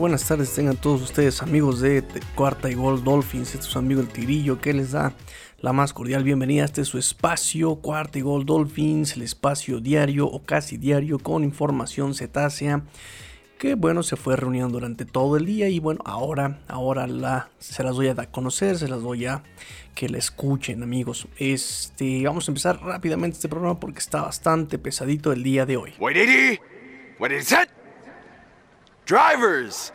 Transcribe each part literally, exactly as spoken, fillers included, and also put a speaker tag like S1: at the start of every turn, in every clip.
S1: buenas tardes tengan todos ustedes, amigos de Cuarta y Gol Dolphins. Este es su amigo el Tirillo que les da la más cordial bienvenida. Este es su espacio Cuarta y Gol Dolphins, el espacio diario o casi diario con información cetácea que bueno se fue reuniendo durante todo el día y bueno ahora ahora la se las doy a conocer, se las doy a que la escuchen, amigos. Este vamos a empezar rápidamente este programa porque está bastante pesadito el día de hoy.
S2: Wait, eighty. What is it? Drivers,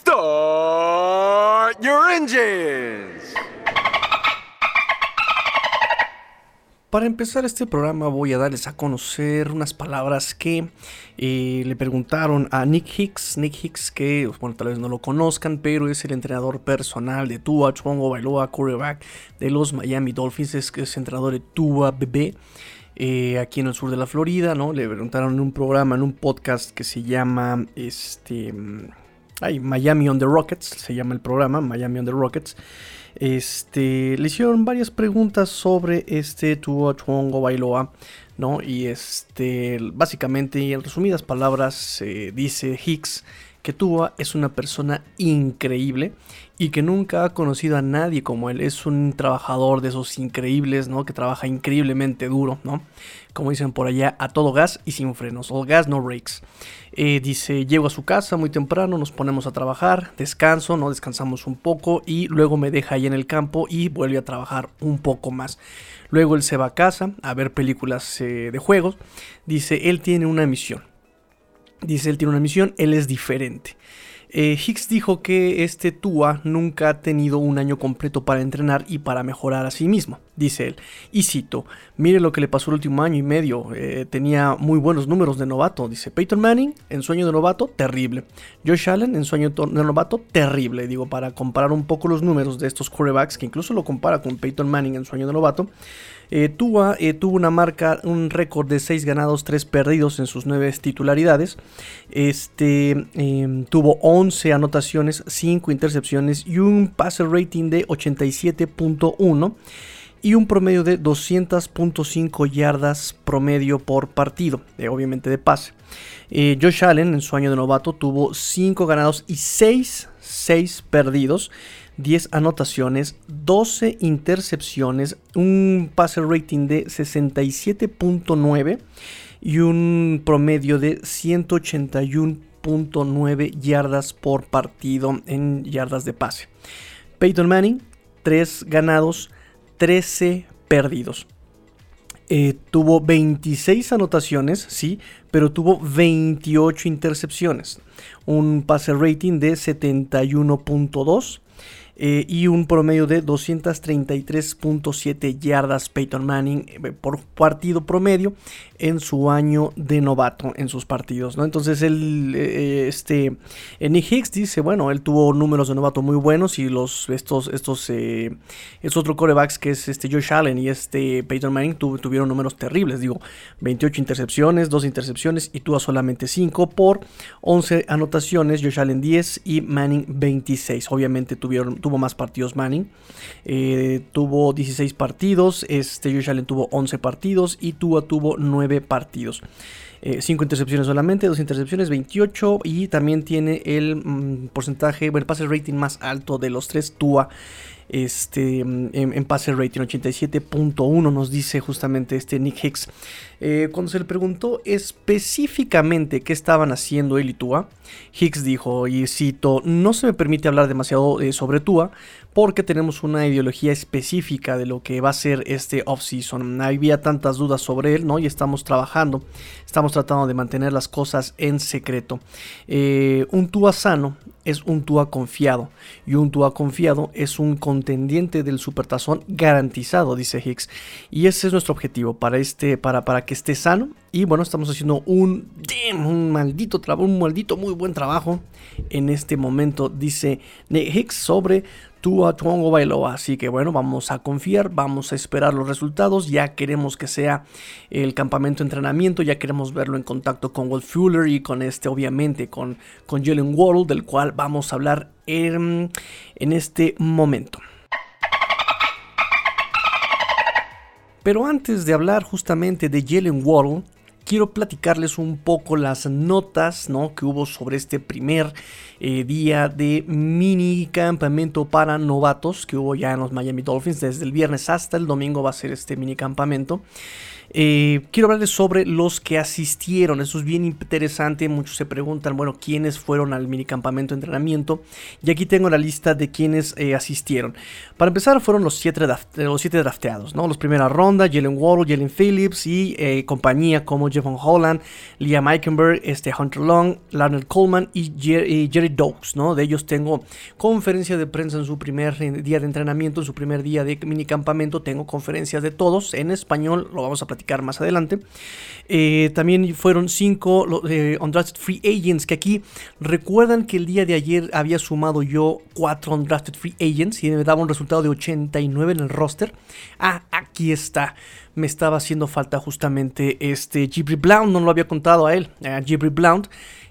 S2: start your engines.
S1: Para empezar este programa voy a darles a conocer unas palabras que eh, le preguntaron a Nick Hicks. Nick Hicks, que bueno, tal vez no lo conozcan, pero es el entrenador personal de Tua Tagovailoa, quarterback de los Miami Dolphins. Es, es entrenador de Tua bebé eh, aquí en el sur de la Florida, ¿no? Le preguntaron en un programa, en un podcast que se llama este, ay, Miami on the Rockets, se llama el programa, Miami on the Rockets. Este, le hicieron varias preguntas sobre este Tua Tagovailoa, ¿no? Y este, básicamente y en resumidas palabras, eh, dice Hicks que Tua es una persona increíble y que nunca ha conocido a nadie como él. Es un trabajador de esos increíbles, ¿no? Que trabaja increíblemente duro, ¿no? Como dicen por allá, a todo gas y sin frenos. All gas, no brakes. Eh, dice, llego a su casa muy temprano, nos ponemos a trabajar, descanso, ¿no? Descansamos un poco y luego me deja ahí en el campo y vuelve a trabajar un poco más. Luego él se va a casa a ver películas eh, de juegos. Dice, él tiene una misión. Dice, él tiene una misión, él es diferente. Eh, Hicks dijo que este Tua nunca ha tenido un año completo para entrenar y para mejorar a sí mismo. Dice él, y cito, mire lo que le pasó el último año y medio, eh, tenía muy buenos números de novato. Dice, Peyton Manning en sueño de novato, terrible. Josh Allen en sueño de novato, terrible. Digo, para comparar un poco los números de estos quarterbacks, que incluso lo compara con Peyton Manning en sueño de novato. Eh, Tua eh, tuvo una marca, un récord de seis ganados, tres perdidos en sus nueve titularidades. Este eh, tuvo once anotaciones, cinco intercepciones y un passer rating de ochenta y siete punto uno y un promedio de doscientos punto cinco yardas promedio por partido, eh, obviamente de pase. Eh, Josh Allen en su año de novato tuvo cinco ganados y seis perdidos. diez anotaciones, doce intercepciones, un passer rating de sesenta y siete punto nueve y un promedio de ciento ochenta y uno punto nueve yardas por partido en yardas de pase. Peyton Manning, tres ganados, trece perdidos. Eh, tuvo veintiséis anotaciones, sí, pero tuvo veintiocho intercepciones. Un passer rating de setenta y uno punto dos. Eh, y un promedio de doscientos treinta y tres punto siete yardas Peyton Manning eh, por partido promedio en su año de novato en sus partidos, ¿no? Entonces él, eh, este, Nick Hicks dice, bueno, él tuvo números de novato muy buenos y los estos estos eh, estos otros quarterbacks que es este Josh Allen y este Peyton Manning tu, tuvieron números terribles, digo, veintiocho intercepciones, dos intercepciones y tuvo solamente cinco por once anotaciones, Josh Allen diez y Manning veintiséis. Obviamente tuvieron tuvo más partidos Manning, eh, tuvo dieciséis partidos, este Josh Allen tuvo once partidos y Tua tuvo nueve partidos. cinco eh, intercepciones solamente, dos intercepciones, veintiocho y también tiene el mm, porcentaje, el pase rating más alto de los tres, Tua. Este, en, en pase rating ochenta y siete punto uno nos dice justamente este Nick Hicks. Eh, cuando se le preguntó específicamente qué estaban haciendo él y Tua, Hicks dijo, y cito, no se me permite hablar demasiado eh, sobre Tua porque tenemos una ideología específica de lo que va a ser este offseason. Había tantas dudas sobre él, ¿no? Y estamos trabajando, estamos tratando de mantener las cosas en secreto. Eh, un Tua sano es un Tua confiado y un Tua confiado es un contendiente del supertazón garantizado, dice Hicks, y ese es nuestro objetivo para este para, para que esté sano. Y bueno, estamos haciendo un, damn, un maldito trabajo, un maldito muy buen trabajo en este momento, dice Nick Hicks sobre Tua Tagovailoa. Así que bueno, vamos a confiar, vamos a esperar los resultados. Ya queremos que sea el campamento de entrenamiento, ya queremos verlo en contacto con Will Fuller y con este, obviamente, con, con Jalen Waddle, del cual vamos a hablar en, en este momento. Pero antes de hablar justamente de Jalen Waddle, quiero platicarles un poco las notas, ¿no?, que hubo sobre este primer eh, día de mini campamento para novatos que hubo ya en los Miami Dolphins. Desde el viernes hasta el domingo va a ser este mini campamento. Eh, quiero hablarles sobre los que asistieron. Eso es bien interesante. Muchos se preguntan, bueno, ¿quiénes fueron al minicampamento de entrenamiento? Y aquí tengo la lista de quienes eh, asistieron. Para empezar, fueron los siete, draft, los siete drafteados, ¿no? Los primera ronda: Jalen Waddle, Jalen Phillips y eh, compañía como Javon Holland, Liam Eichenberg, este Hunter Long, Larnell Coleman y, Jer y Jerry Doaks, ¿no? De ellos tengo conferencia de prensa en su primer día de entrenamiento, en su primer día de minicampamento. Tengo conferencias de todos en español, lo vamos a platicar más adelante. Eh, también fueron cinco eh, undrafted free agents, que aquí recuerdan que el día de ayer había sumado yo cuatro undrafted free agents y me daba un resultado de ochenta y nueve en el roster. Ah, aquí está. Me estaba haciendo falta justamente este Jibri Blount, no lo había contado a él, a Jibri Blount,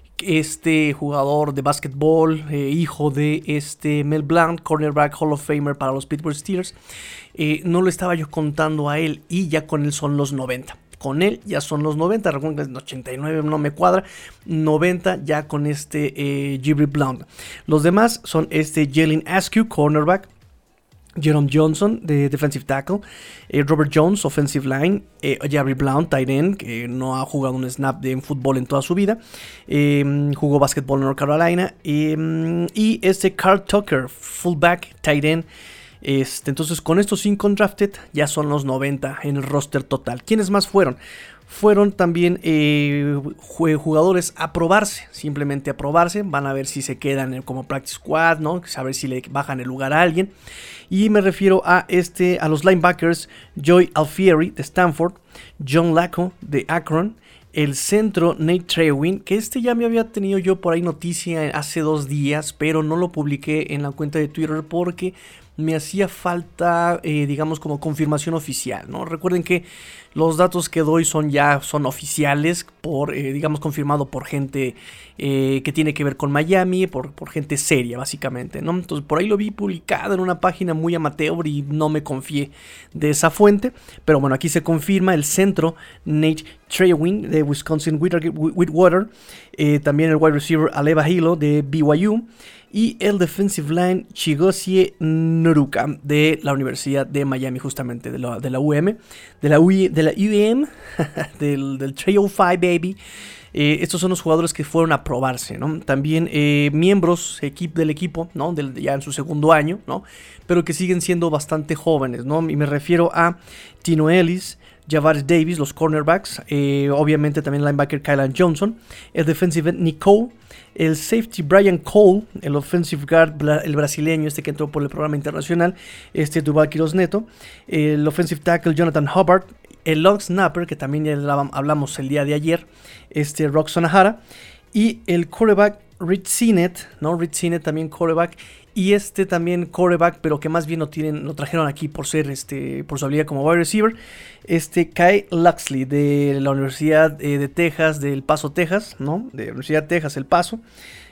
S1: este jugador de básquetbol, eh, hijo de este Mel Blount, cornerback Hall of Famer para los Pittsburgh Steelers. Eh, no lo estaba yo contando a él y ya con él son los noventa. Con él ya son los noventa. Recuerden que en ochenta y nueve no me cuadra. noventa ya con este eh, Jibri Blount. Los demás son este Jalen Askew, cornerback. Jerome Johnson, de defensive tackle, eh, Robert Jones, offensive line, eh, Jibri Blount, tight end, que no ha jugado un snap de fútbol en toda su vida, eh, jugó básquetbol en North Carolina, eh, y este Carl Tucker, fullback, tight end. Este, entonces con estos cinco undrafted ya son los noventa en el roster total. ¿Quiénes más fueron? Fueron también eh, jugadores a probarse, simplemente a probarse. Van a ver si se quedan como practice squad, ¿no? A ver si le bajan el lugar a alguien. Y me refiero a, este, a los linebackers Joy Alfieri de Stanford, John Laco de Akron, el centro Nate Trewin, que este ya me había tenido yo por ahí noticia hace dos días, pero no lo publiqué en la cuenta de Twitter porque me hacía falta, eh, digamos, como confirmación oficial, ¿no? Recuerden que los datos que doy son ya son oficiales, por, eh, digamos, confirmado por gente eh, que tiene que ver con Miami, por, por gente seria, básicamente, ¿no? Entonces, por ahí lo vi publicado en una página muy amateur y no me confié de esa fuente. Pero bueno, aquí se confirma el centro Nate Trewin de Wisconsin Whitewater, eh, también el wide receiver Aleva Hilo de B Y U, y el defensive line Chigozie Noruka de la Universidad de Miami, justamente de la, de la U M, de la, U, de la U M, del, del trescientos cinco baby. Eh, estos son los jugadores que fueron a probarse, ¿no? También eh, miembros equip, del equipo, ¿no? Del, ya en su segundo año, ¿no? Pero que siguen siendo bastante jóvenes, ¿no? Y me refiero a Tino Ellis, Javaris Davis, los cornerbacks, eh, obviamente también el linebacker Kylan Johnson, el defensive end Nick Cole, el safety Brian Cole, el offensive guard, el brasileño este que entró por el programa internacional, este Duval Quiroz Neto, el offensive tackle Jonathan Hubbard, el long snapper, que también ya hablamos el día de ayer, este Roxon Ahara, y el quarterback Rich Sinet, ¿no? Rich Sinet también quarterback, y este también quarterback, pero que más bien lo tienen, lo trajeron aquí por ser, este, por su habilidad como wide receiver, este Kai Luxley de la Universidad eh, de Texas, del Paso, Texas, ¿no? De la Universidad de Texas, El Paso,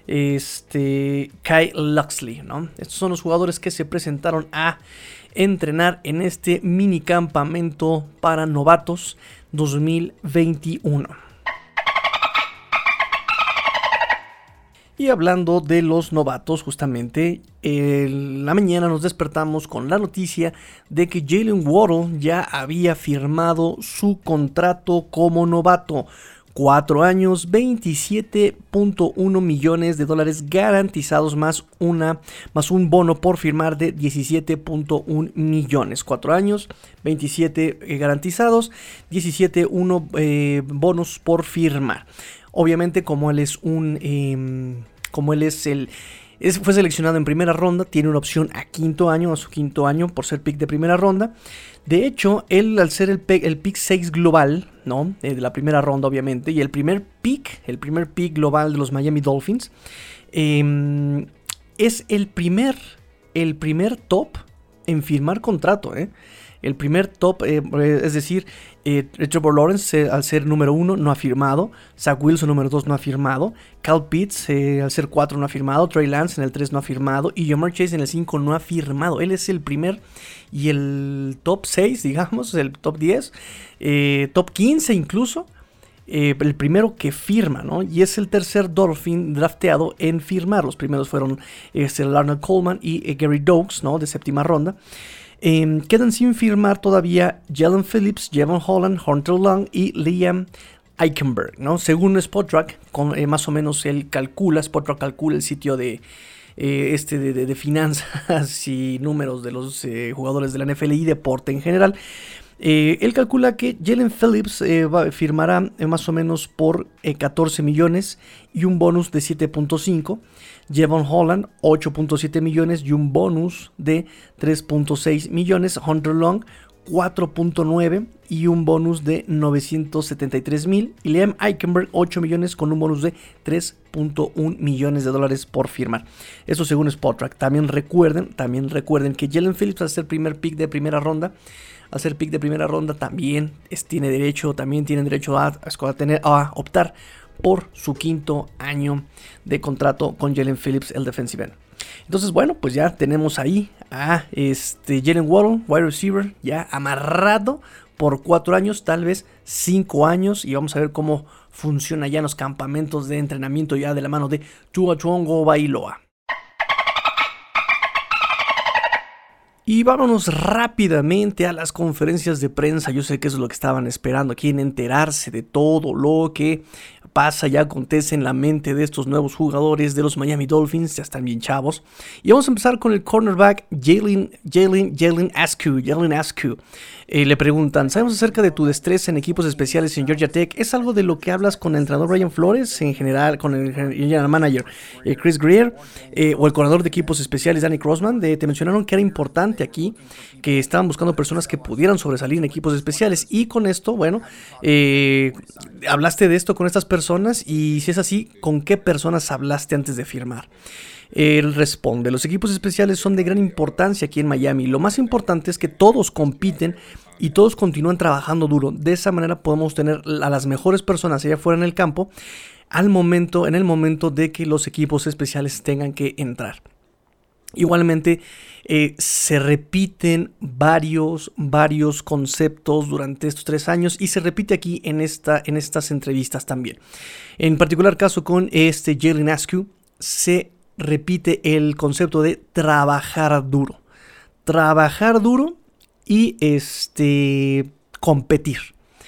S1: este Kai Luxley, ¿no? Estos son los jugadores que se presentaron a entrenar en este mini campamento para novatos dos mil veintiuno. Y hablando de los novatos, justamente en la mañana nos despertamos con la noticia de que Jalen Waddle ya había firmado su contrato como novato. Cuatro años, veintisiete punto uno millones de dólares garantizados, más, una, más un bono por firmar de diecisiete punto uno millones. Cuatro años, veintisiete eh, garantizados, diecisiete punto uno eh, bonos por firmar. Obviamente, como él es un, eh, como él es el, es, fue seleccionado en primera ronda, tiene una opción a quinto año, a su quinto año por ser pick de primera ronda. De hecho, él al ser el, el pick seis global, ¿no? Eh, de la primera ronda, obviamente, y el primer pick, el primer pick global de los Miami Dolphins, eh, es el primer, el primer top en firmar contrato, ¿eh? El primer top, eh, es decir, eh, Trevor Lawrence eh, al ser número uno no ha firmado, Zach Wilson número dos no ha firmado, Kyle Pitts eh, al ser cuatro no ha firmado, Trey Lance en el tres no ha firmado y Ja'Marr Chase en el cinco no ha firmado. Él es el primer y el top seis, digamos, el top diez, eh, top quince incluso, eh, el primero que firma, ¿no? Y es el tercer Dolphin drafteado en firmar. Los primeros fueron este, Larnell Coleman y eh, Gary Doaks, ¿no? De séptima ronda. Eh, quedan sin firmar todavía Jalen Phillips, Jevon Holland, Hunter Long y Liam Eichenberg, ¿no? Según Spotrac, con, eh, más o menos él calcula, Spotrac calcula el sitio de eh, este de, de, de finanzas y números de los eh, jugadores de la N F L y deporte en general. Eh, él calcula que Jalen Phillips eh, va, firmará eh, más o menos por eh, catorce millones y un bonus de siete punto cinco. Jevon Holland ocho punto siete millones y un bonus de tres punto seis millones. Hunter Long cuatro punto nueve y un bonus de novecientos setenta y tres mil. Y Liam Eichenberg ocho millones con un bonus de tres punto uno millones de dólares por firmar. Eso según Spotrac. También recuerden, también recuerden que Jalen Phillips, al ser primer pick de primera ronda, al ser pick de primera ronda también es, tiene derecho, también tienen derecho a, a, tener, a optar por su quinto año de contrato con Jalen Phillips, el defensive end. Entonces, bueno, pues ya tenemos ahí a este Jalen Waddle, wide receiver, ya amarrado por cuatro años, tal vez cinco años, y vamos a ver cómo funciona ya en los campamentos de entrenamiento ya de la mano de Tua Tagovailoa. Y vámonos rápidamente a las conferencias de prensa. Yo sé que eso es lo que estaban esperando, quieren enterarse de todo lo que pasa y acontece en la mente de estos nuevos jugadores de los Miami Dolphins. Ya están bien chavos. Y vamos a empezar con el cornerback Jalen Jalen Jalen Askew. Jalen Askew. Eh, le preguntan, ¿sabemos acerca de tu destreza en equipos especiales en Georgia Tech? ¿Es algo de lo que hablas con el entrenador Brian Flores, en general con el general manager eh, Chris Greer eh, o el coordinador de equipos especiales Danny Crossman? De, te mencionaron que era importante aquí, que estaban buscando personas que pudieran sobresalir en equipos especiales, y con esto, bueno, eh, hablaste de esto con estas personas, y si es así, ¿con qué personas hablaste antes de firmar? Él responde, los equipos especiales son de gran importancia aquí en Miami. Lo más importante es que todos compiten y todos continúan trabajando duro. De esa manera podemos tener a las mejores personas allá afuera en el campo al momento, en el momento de que los equipos especiales tengan que entrar. Igualmente eh, se repiten varios, varios conceptos durante estos tres años y se repite aquí en, esta, en estas entrevistas también. En particular caso con este Jalen Askew se repite el concepto de trabajar duro. Trabajar duro y este, competir.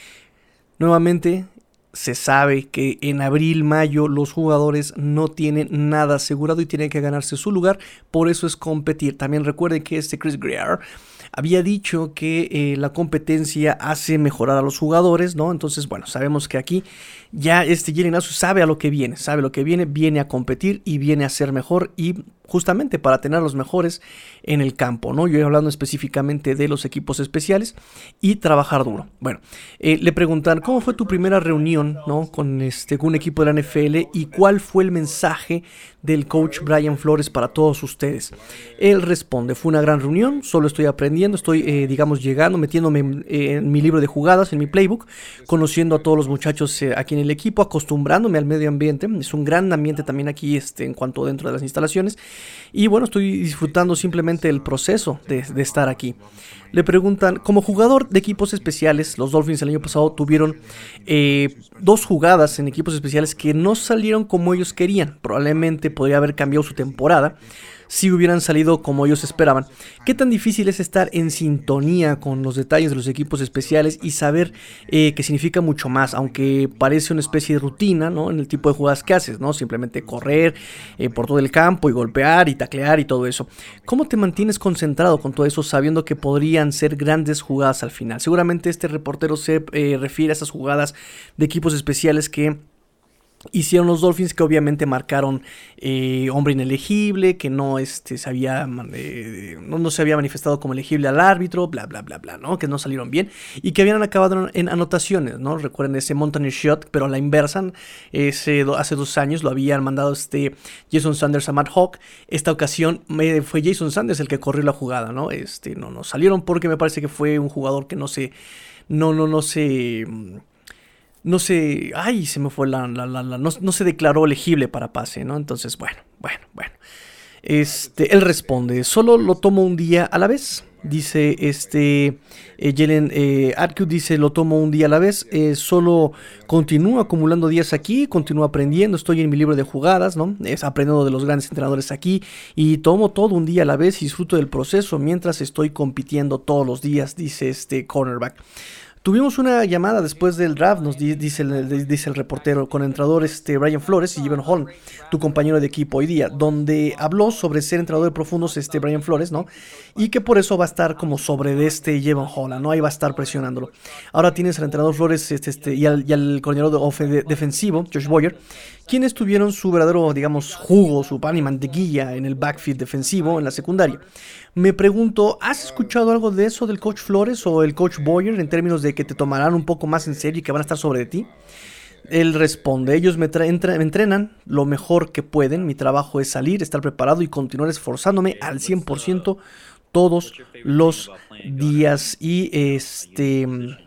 S1: Nuevamente, se sabe que en abril, mayo los jugadores no tienen nada asegurado y tienen que ganarse su lugar, por eso es competir. También recuerden que este Chris Greer había dicho que eh, la competencia hace mejorar a los jugadores, ¿no? Entonces, bueno, sabemos que aquí ya este Jalen Askew sabe a lo que viene, sabe lo que viene, viene a competir y viene a ser mejor, y justamente para tener a los mejores en el campo, ¿no? Yo hablando específicamente de los equipos especiales y trabajar duro. Bueno, eh, le preguntan, ¿cómo fue tu primera reunión, ¿no? con, este, con un equipo de la N F L y cuál fue el mensaje del coach Brian Flores para todos ustedes? Él responde, fue una gran reunión, solo estoy aprendiendo, estoy, eh, digamos, llegando, metiéndome en, en mi libro de jugadas, en mi playbook, conociendo a todos los muchachos eh, aquí en el equipo, acostumbrándome al medio ambiente. Es un gran ambiente también aquí este, en cuanto dentro de las instalaciones. Y bueno, estoy disfrutando simplemente el proceso de, de estar aquí. Le preguntan, como jugador de equipos especiales, los Dolphins el año pasado tuvieron eh, dos jugadas en equipos especiales que no salieron como ellos querían. Probablemente podría haber cambiado su temporada si hubieran salido como ellos esperaban. ¿Qué tan difícil es estar en sintonía con los detalles de los equipos especiales y saber eh, que significa mucho más, aunque parece una especie de rutina, ¿no? En el tipo de jugadas que haces, ¿no? Simplemente correr eh, por todo el campo y golpear y taclear y todo eso. ¿Cómo te mantienes concentrado con todo eso sabiendo que podrían ser grandes jugadas al final? Seguramente este reportero se eh, refiere a esas jugadas de equipos especiales que hicieron los Dolphins, que obviamente marcaron eh, hombre inelegible, que no, este, se había, eh, no, no se había manifestado como elegible al árbitro, bla, bla, bla, bla, ¿no? Que no salieron bien y que habían acabado en anotaciones, ¿no? Recuerden ese Mountaineer Shot, pero a la inversa, ese, hace dos años lo habían mandado este Jason Sanders a Matt Hawk. Esta ocasión eh, fue Jason Sanders el que corrió la jugada, ¿no? Este, no, no salieron porque me parece que fue un jugador que no se, no, no, no se... No se, ay, se me fue la, la, la, la no, no se declaró elegible para pase, ¿no? Entonces, bueno, bueno, bueno. Este, él responde, solo lo tomo un día a la vez. Dice este eh, Jalen eh, Atkiw, dice, lo tomo un día a la vez, eh, solo continúo acumulando días aquí, continúo aprendiendo, estoy en mi libro de jugadas, ¿no? Es aprendiendo de los grandes entrenadores aquí y tomo todo un día a la vez y disfruto del proceso mientras estoy compitiendo todos los días, dice este cornerback. Tuvimos una llamada después del draft, nos dice el, dice el reportero, con entrenadores este, Brian Flores y Jevon Holland, tu compañero de equipo hoy día, donde habló sobre ser entrenador de profundos este Brian Flores, ¿no? Y que por eso va a estar como sobre de este Jevon Holland, ¿no? Ahí va a estar presionándolo. Ahora tienes al entrenador Flores este, este, y, al, y al coordinador de, de, defensivo, Josh Boyer, quienes tuvieron su verdadero, digamos, jugo, su pan y mantequilla en el backfield defensivo en la secundaria. Me pregunto, ¿has escuchado algo de eso del coach Flores o el coach Boyer en términos de que te tomarán un poco más en serio y que van a estar sobre de ti? Él responde, ellos me, tra- me entrenan lo mejor que pueden, mi trabajo es salir, estar preparado y continuar esforzándome al cien por ciento todos los días y este...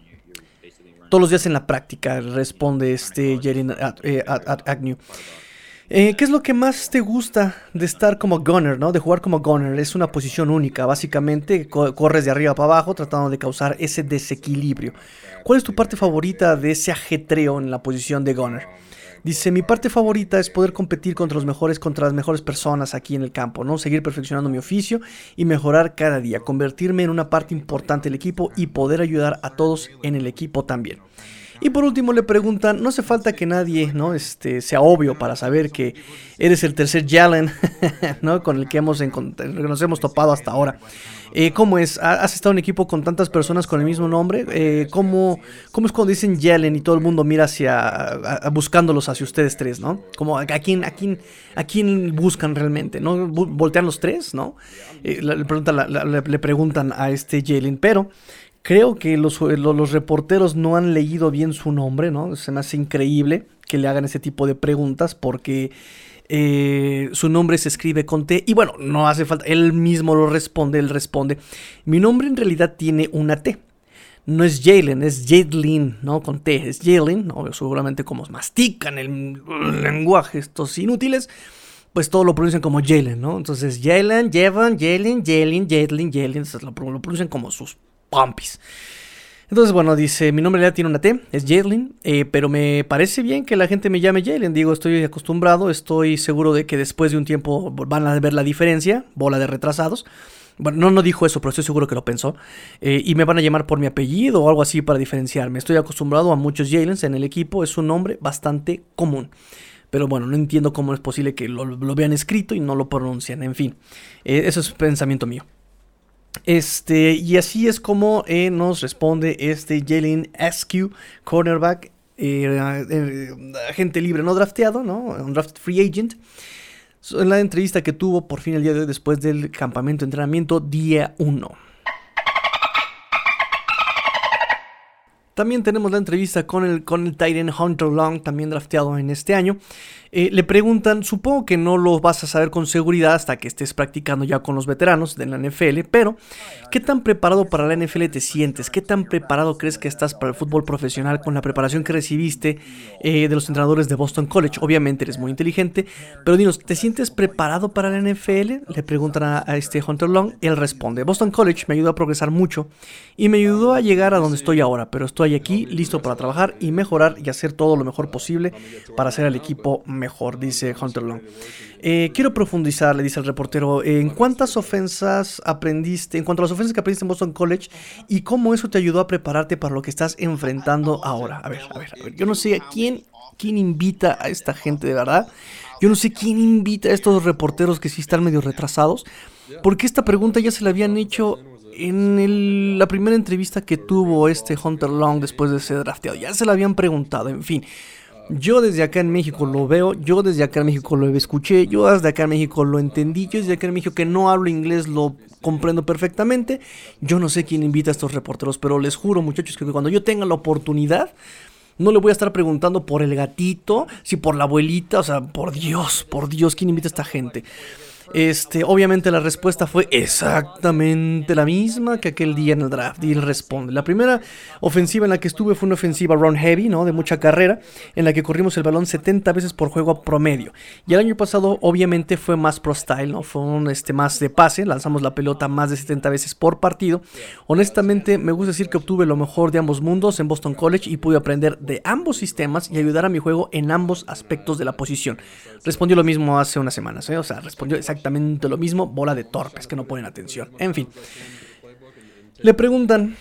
S1: todos los días en la práctica, responde este Jalen Agnew. Eh, ¿Qué es lo que más te gusta de estar como gunner, ¿no? De jugar como gunner? Es una posición única, básicamente co- corres de arriba para abajo tratando de causar ese desequilibrio. ¿Cuál es tu parte favorita de ese ajetreo en la posición de gunner? Dice, mi parte favorita es poder competir contra los mejores, contra las mejores personas aquí en el campo, ¿no? Seguir perfeccionando mi oficio y mejorar cada día, convertirme en una parte importante del equipo y poder ayudar a todos en el equipo también. Y por último le preguntan, no hace falta que nadie, ¿no? este, sea obvio para saber que eres el tercer Jalen, ¿no? Con el que hemos nos hemos topado hasta ahora. Eh, ¿Cómo es? ¿Has estado en equipo con tantas personas con el mismo nombre? Eh, ¿cómo, ¿Cómo es cuando dicen Jalen y todo el mundo mira hacia, a, a, buscándolos hacia ustedes tres, ¿no? Como a quién, a quién, a quién buscan realmente, ¿no? ¿Voltean los tres, no? Eh, le, preguntan, la, la, le preguntan a este Jalen, pero... creo que los, los reporteros no han leído bien su nombre, ¿no? Se me hace increíble que le hagan ese tipo de preguntas porque eh, su nombre se escribe con T. Y bueno, no hace falta, él mismo lo responde, él responde. Mi nombre en realidad tiene una T. No es Jalen, es Jadlin, ¿no? Con T, es Jalen, ¿no? Seguramente como mastican el lenguaje estos inútiles, pues todo lo pronuncian como Jalen, ¿no? Entonces Jalen, Jevon, Jalen, Jalen, Jadlin, Jalen, entonces lo, lo pronuncian como sus Pompis. Entonces, bueno, dice, mi nombre ya tiene una T, es Jalen, eh, pero me parece bien que la gente me llame Jalen. Digo, estoy acostumbrado, estoy seguro de que después de un tiempo van a ver la diferencia, bola de retrasados. Bueno, no, no dijo eso, pero estoy seguro que lo pensó. Eh, y me van a llamar por mi apellido o algo así para diferenciarme. Estoy acostumbrado a muchos Jalens en el equipo, es un nombre bastante común. Pero bueno, no entiendo cómo es posible que lo, lo vean escrito y no lo pronuncian. En fin, eh, eso es pensamiento mío. Este, y así es como eh, nos responde este Jalen Askew, cornerback, eh, eh, agente libre no drafteado, ¿no? Un draft free agent. En la entrevista que tuvo por fin el día de hoy después del campamento de entrenamiento día uno. También tenemos la entrevista con el, con el tight end Hunter Long, también drafteado en este año. Eh, le preguntan, supongo que no lo vas a saber con seguridad hasta que estés practicando ya con los veteranos de la N F L, pero ¿qué tan preparado para la N F L te sientes? ¿Qué tan preparado crees que estás para el fútbol profesional con la preparación que recibiste eh, de los entrenadores de Boston College? Obviamente eres muy inteligente, pero dinos, ¿te sientes preparado para la N F L? Le preguntan a, a este Hunter Long, él responde, Boston College me ayudó a progresar mucho y me ayudó a llegar a donde estoy ahora, pero estoy aquí listo para trabajar y mejorar y hacer todo lo mejor posible para hacer al equipo mejor, dice Hunter Long. Eh, quiero profundizar, le dice el reportero, en cuántas ofensas aprendiste, en cuanto a las ofensas que aprendiste en Boston College y cómo eso te ayudó a prepararte para lo que estás enfrentando ahora. A ver, a ver, a ver, yo no sé a quién, quién invita a esta gente de verdad. Yo no sé quién invita a estos reporteros que sí están medio retrasados, porque esta pregunta ya se la habían hecho en el, la primera entrevista que tuvo este Hunter Long después de ser drafteado. Ya se la habían preguntado, en fin. Yo desde acá en México lo veo, yo desde acá en México lo escuché, yo desde acá en México lo entendí, yo desde acá en México que no hablo inglés lo comprendo perfectamente. Yo no sé quién invita a estos reporteros, pero les juro, muchachos, que cuando yo tenga la oportunidad, no le voy a estar preguntando por el gatito, si por la abuelita, o sea, por Dios, por Dios, ¿quién invita a esta gente? Este, obviamente la respuesta fue exactamente la misma que aquel día en el draft. Y él responde: la primera ofensiva en la que estuve fue una ofensiva run heavy, ¿no? De mucha carrera, en la que corrimos el balón setenta veces por juego promedio. Y el año pasado obviamente fue más pro style, ¿no? Fue un este, más de pase, lanzamos la pelota más de setenta veces por partido. Honestamente me gusta decir que obtuve lo mejor de ambos mundos en Boston College y pude aprender de ambos sistemas y ayudar a mi juego en ambos aspectos de la posición. Respondió lo mismo hace unas semanas, ¿eh? O sea, respondió exactamente lo mismo, bola de torpes que no ponen atención. En fin, le preguntan: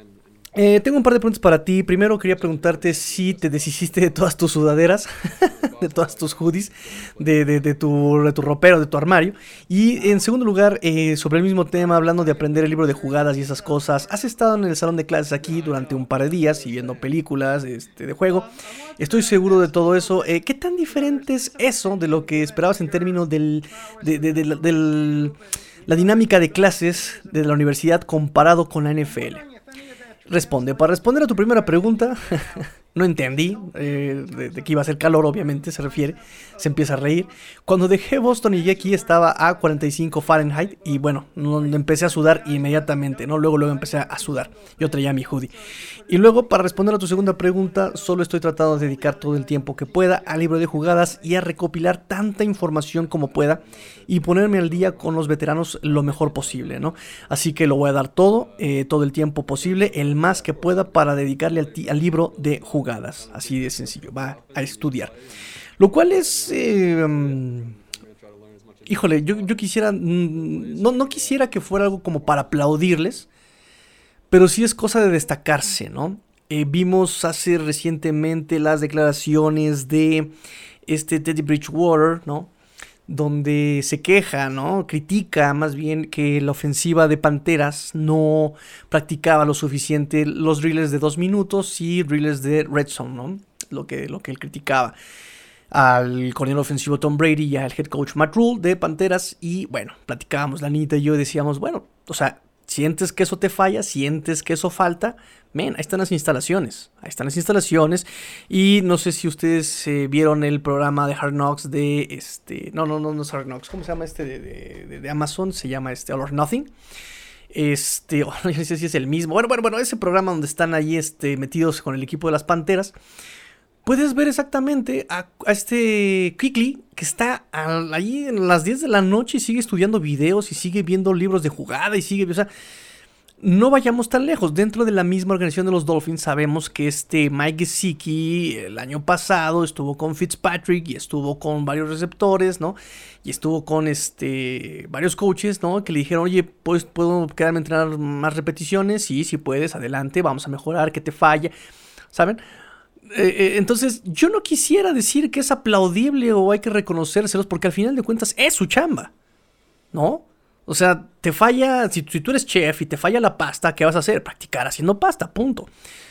S1: eh, tengo un par de preguntas para ti. Primero quería preguntarte si te deshiciste de todas tus sudaderas, de todas tus hoodies, de, de, de, tu, de tu ropero, de tu armario. Y en segundo lugar, eh, sobre el mismo tema, hablando de aprender el libro de jugadas y esas cosas, has estado en el salón de clases aquí durante un par de días y viendo películas este, de juego. Estoy seguro de todo eso. Eh, ¿Qué tan diferente es eso de lo que esperabas en términos del, de, de, de, de, de la dinámica de clases de la universidad comparado con la N F L? Responde: para responder a tu primera pregunta, no entendí, eh, de, de que iba a ser calor, obviamente se refiere. Se empieza a reír. Cuando dejé Boston y llegué aquí estaba a cuarenta y cinco Fahrenheit y bueno, no, empecé a sudar inmediatamente, ¿no? Luego, luego empecé a sudar. Yo traía mi hoodie. Y luego, para responder a tu segunda pregunta, solo estoy tratando de dedicar todo el tiempo que pueda al libro de jugadas y a recopilar tanta información como pueda y ponerme al día con los veteranos lo mejor posible, ¿no? Así que lo voy a dar todo, eh, todo el tiempo posible, el más que pueda para dedicarle al, al libro de jugadas. Así de sencillo, va a estudiar. Lo cual es... Eh, um, híjole, yo, yo quisiera... Mm, no, no quisiera que fuera algo como para aplaudirles, pero sí es cosa de destacarse, ¿no? Eh, vimos hace recientemente las declaraciones de este Teddy Bridgewater, ¿no? Donde se queja, ¿no? Critica más bien que la ofensiva de Panteras no practicaba lo suficiente los drills de dos minutos y drills de red zone, ¿no? Lo que, lo que él criticaba al coordinador ofensivo Tom Brady y al head coach Matt Rule de Panteras. Y bueno, platicábamos, la Anita y yo, decíamos, bueno, o sea, sientes que eso te falla, sientes que eso falta, men, ahí están las instalaciones, ahí están las instalaciones. Y no sé si ustedes eh, vieron el programa de Hard Knocks de este, no, no, no, no es Hard Knocks, ¿cómo se llama este de, de, de Amazon? Se llama este All or Nothing. Este, oh, no sé si es el mismo. Bueno, bueno, bueno, ese programa donde están ahí este, metidos con el equipo de las Panteras. Puedes ver exactamente a, a este Quickly que está ahí en las diez de la noche y sigue estudiando videos y sigue viendo libros de jugada y sigue, o sea, no vayamos tan lejos. Dentro de la misma organización de los Dolphins sabemos que este Mike Gesicki el año pasado estuvo con Fitzpatrick y estuvo con varios receptores, ¿no? Y estuvo con este varios coaches, ¿no? Que le dijeron, oye, pues puedo quedarme a entrenar más repeticiones. Sí, si puedes, adelante, vamos a mejorar, que te falla, ¿saben? Eh, entonces yo no quisiera decir que es aplaudible o hay que reconocérselos, porque al final de cuentas es su chamba, ¿no? O sea, te falla, si, si tú eres chef y te falla la pasta, ¿qué vas a hacer? Practicar haciendo pasta, punto.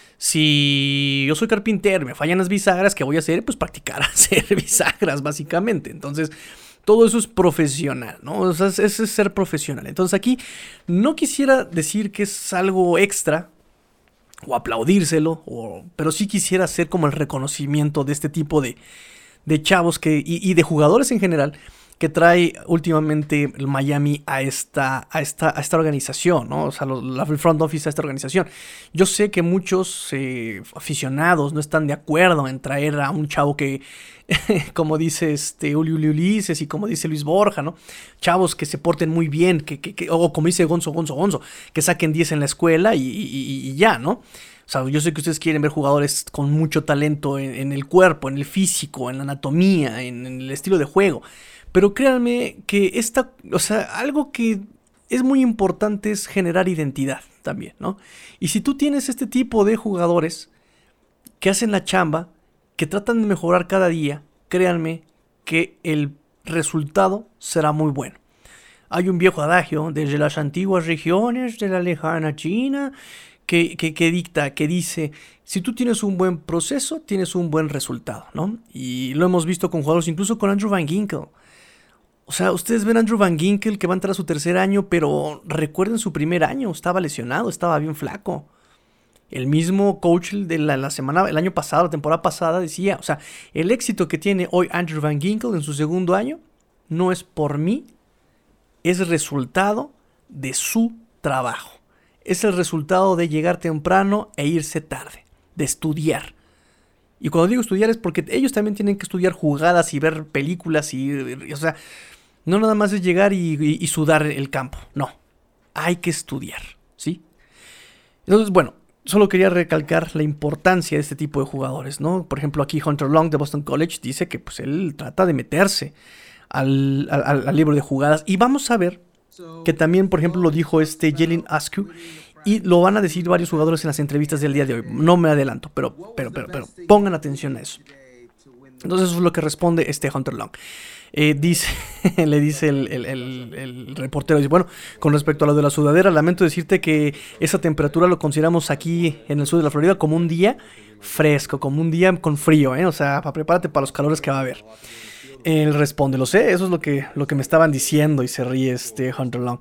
S1: Si yo soy carpintero y me fallan las bisagras, ¿qué voy a hacer? Pues practicar hacer bisagras, básicamente. Entonces, todo eso es profesional, ¿no? O sea, es, es ser profesional. Entonces aquí no quisiera decir que es algo extra o aplaudírselo, o, pero sí quisiera hacer como el reconocimiento de este tipo de, de chavos que, y, y de jugadores en general que trae últimamente el Miami a esta, a esta, a esta organización, ¿no? O sea, lo, la, el front office a esta organización. Yo sé que muchos eh, aficionados no están de acuerdo en traer a un chavo que, como dice este Uli Uli Ulises y como dice Luis Borja, ¿no? Chavos que se porten muy bien, que, que, que, o como dice Gonzo Gonzo Gonzo, que saquen diez en la escuela y, y, y ya, ¿no? O sea, yo sé que ustedes quieren ver jugadores con mucho talento en, en el cuerpo, en el físico, en la anatomía, en, en el estilo de juego. Pero créanme que esta, o sea, algo que es muy importante es generar identidad también, ¿no? Y si tú tienes este tipo de jugadores que hacen la chamba, que tratan de mejorar cada día, créanme que el resultado será muy bueno. Hay un viejo adagio desde las antiguas regiones de la lejana China que, que, que dicta, que dice, si tú tienes un buen proceso, tienes un buen resultado, ¿no? Y lo hemos visto con jugadores, incluso con Andrew Van Ginkel. O sea, ustedes ven a Andrew Van Ginkel que va a entrar a su tercer año, pero recuerden su primer año, estaba lesionado, estaba bien flaco. El mismo coach de la, la semana, el año pasado, la temporada pasada, decía, o sea, el éxito que tiene hoy Andrew Van Ginkel en su segundo año no es por mí, es resultado de su trabajo. Es el resultado de llegar temprano e irse tarde, de estudiar. Y cuando digo estudiar es porque ellos también tienen que estudiar jugadas y ver películas y, y o sea, no nada más es llegar y, y, y sudar el campo, no, hay que estudiar, ¿sí? Entonces, bueno, solo quería recalcar la importancia de este tipo de jugadores, ¿no? Por ejemplo, aquí Hunter Long de Boston College dice que pues él trata de meterse al, al, al libro de jugadas. Y vamos a ver que también, por ejemplo, lo dijo este Jalen Askew. Y lo van a decir varios jugadores en las entrevistas del día de hoy. No me adelanto, pero, pero, pero, pero pongan atención a eso. Entonces eso es lo que responde este Hunter Long. Eh, dice, le dice el, el, el, el reportero, dice, bueno, con respecto a lo de la sudadera, lamento decirte que esa temperatura lo consideramos aquí en el sur de la Florida como un día fresco, como un día con frío, ¿eh? O sea, pa, prepárate para los calores que va a haber. Él responde, lo sé, eso es lo que, lo que me estaban diciendo, y se ríe este Hunter Long.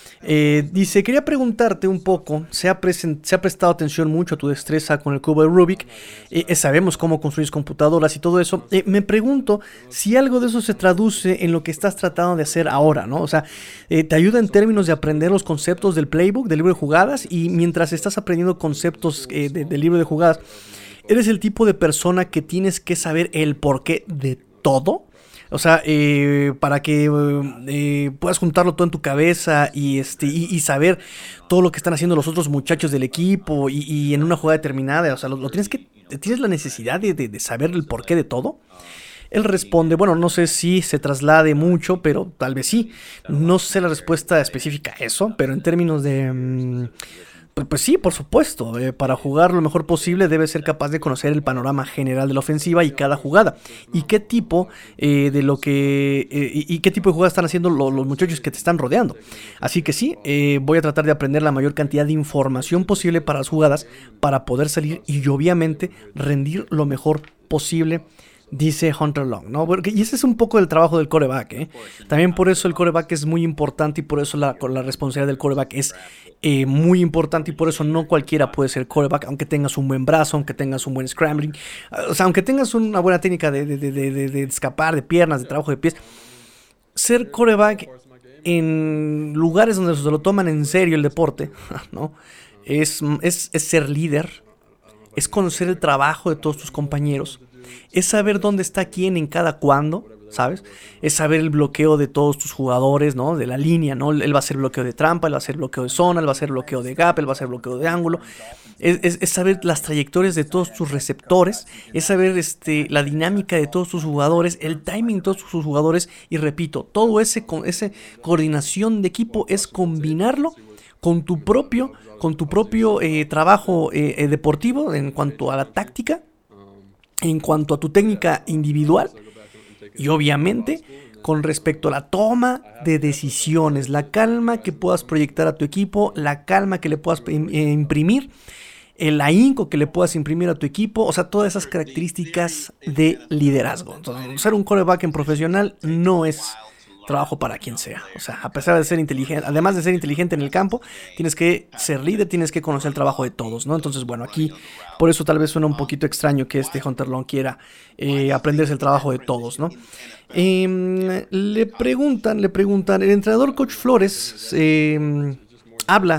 S1: Eh, dice, quería preguntarte un poco, ¿se ha, presen- se ha prestado atención mucho a tu destreza con el cubo de Rubik? Eh, eh, sabemos cómo construyes computadoras y todo eso. Eh, me pregunto si algo de eso se traduce en lo que estás tratando de hacer ahora, ¿no? O sea, eh, ¿te ayuda en términos de aprender los conceptos del playbook, del libro de jugadas? Y mientras estás aprendiendo conceptos eh, de, del libro de jugadas, ¿eres el tipo de persona que tienes que saber el porqué de todo? O sea, eh, para que eh, puedas juntarlo todo en tu cabeza y, este, y, y saber todo lo que están haciendo los otros muchachos del equipo y, y en una jugada determinada. O sea, lo, lo tienes que tienes la necesidad de, de, de saber el porqué de todo. Él responde, bueno, no sé si se traslade mucho, pero tal vez sí. No sé la respuesta específica a eso, pero en términos de... Um, Pues, pues sí, por supuesto, eh, para jugar lo mejor posible debes ser capaz de conocer el panorama general de la ofensiva y cada jugada. Y qué tipo eh, de lo que eh, y, y qué tipo de jugadas están haciendo lo, los muchachos que te están rodeando. Así que sí, eh, voy a tratar de aprender la mayor cantidad de información posible para las jugadas para poder salir y obviamente rendir lo mejor posible. Dice Hunter Long, ¿no? Porque, y ese es un poco el trabajo del quarterback, ¿eh? También por eso el quarterback es muy importante y por eso la, la responsabilidad del quarterback es eh, muy importante y por eso no cualquiera puede ser quarterback, aunque tengas un buen brazo, aunque tengas un buen scrambling, o sea, aunque tengas una buena técnica de, de, de, de, de escapar, de piernas, de trabajo de pies. Ser quarterback en lugares donde se lo toman en serio el deporte, ¿no? Es, es, es ser líder, es conocer el trabajo de todos tus compañeros, es saber dónde está quién en cada cuándo, ¿sabes? Es saber el bloqueo de todos tus jugadores, ¿no? De la línea, ¿no? Él va a hacer bloqueo de trampa, él va a hacer bloqueo de zona, él va a hacer bloqueo de gap, él va a hacer bloqueo de ángulo. Es, es, es saber las trayectorias de todos tus receptores, es saber este, la dinámica de todos tus jugadores, el timing de todos tus jugadores. Y repito, todo ese, con esa coordinación de equipo es combinarlo con tu propio, con tu propio eh, trabajo eh, eh, deportivo en cuanto a la táctica, en cuanto a tu técnica individual y obviamente con respecto a la toma de decisiones, la calma que puedas proyectar a tu equipo, la calma que le puedas imprimir, el ahínco que le puedas imprimir a tu equipo, o sea, todas esas características de liderazgo. Entonces, ser un quarterback en profesional no es trabajo para quien sea. O sea, a pesar de ser inteligente, además de ser inteligente en el campo, tienes que ser líder, tienes que conocer el trabajo de todos, ¿no? Entonces, bueno, aquí por eso tal vez suena un poquito extraño que este Hunter Long quiera eh, aprenderse el trabajo de todos, ¿no? Eh, le preguntan, le preguntan, el entrenador Coach Flores eh, habla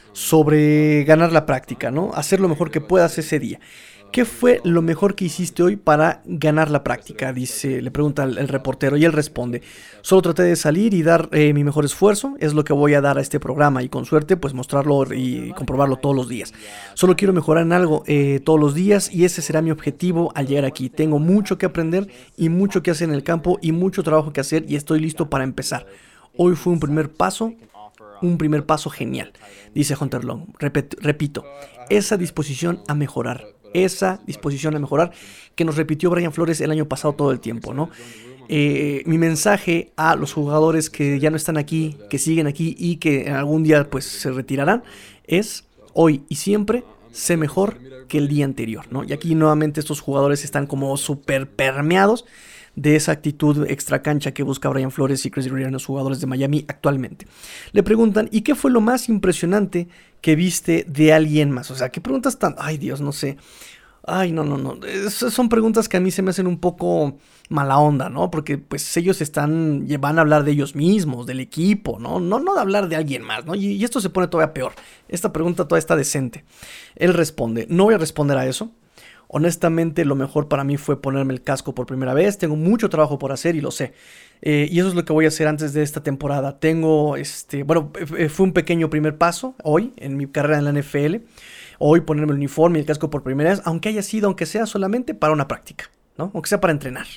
S1: sobre ganar la práctica, ¿no? Hacer lo mejor que puedas ese día. ¿Qué fue lo mejor que hiciste hoy para ganar la práctica? Dice, le pregunta el, el reportero y él responde, solo traté de salir y dar eh, mi mejor esfuerzo, es lo que voy a dar a este programa y con suerte pues mostrarlo y comprobarlo todos los días. Solo quiero mejorar en algo eh, todos los días y ese será mi objetivo al llegar aquí. Tengo mucho que aprender y mucho que hacer en el campo y mucho trabajo que hacer y estoy listo para empezar. Hoy fue un primer paso, un primer paso genial, dice Hunter Long. Repet- repito, esa disposición a mejorar. Esa disposición a mejorar que nos repitió Brian Flores el año pasado todo el tiempo, ¿no? Eh, mi mensaje a los jugadores que ya no están aquí, que siguen aquí y que algún día pues se retirarán es hoy y siempre sé mejor que el día anterior, ¿no? Y aquí nuevamente estos jugadores están como súper permeados de esa actitud extra cancha que busca Brian Flores y Chris Greer en los jugadores de Miami actualmente. Le preguntan, ¿y qué fue lo más impresionante que viste de alguien más? O sea, ¿qué preguntas tan? Ay, Dios, no sé. Ay, no, no, no. Esas son preguntas que a mí se me hacen un poco mala onda, ¿no? Porque pues ellos están, van a hablar de ellos mismos, del equipo, ¿no? No, no de hablar de alguien más, ¿no? Y, y esto se pone todavía peor. Esta pregunta todavía está decente. Él responde, no voy a responder a eso. Honestamente, lo mejor para mí fue ponerme el casco por primera vez. Tengo mucho trabajo por hacer y lo sé. Eh, y eso es lo que voy a hacer antes de esta temporada. Tengo, este, bueno, fue un pequeño primer paso hoy en mi carrera en la N F L. Hoy ponerme el uniforme y el casco por primera vez, aunque haya sido, aunque sea solamente para una práctica, ¿no? Aunque sea para entrenar.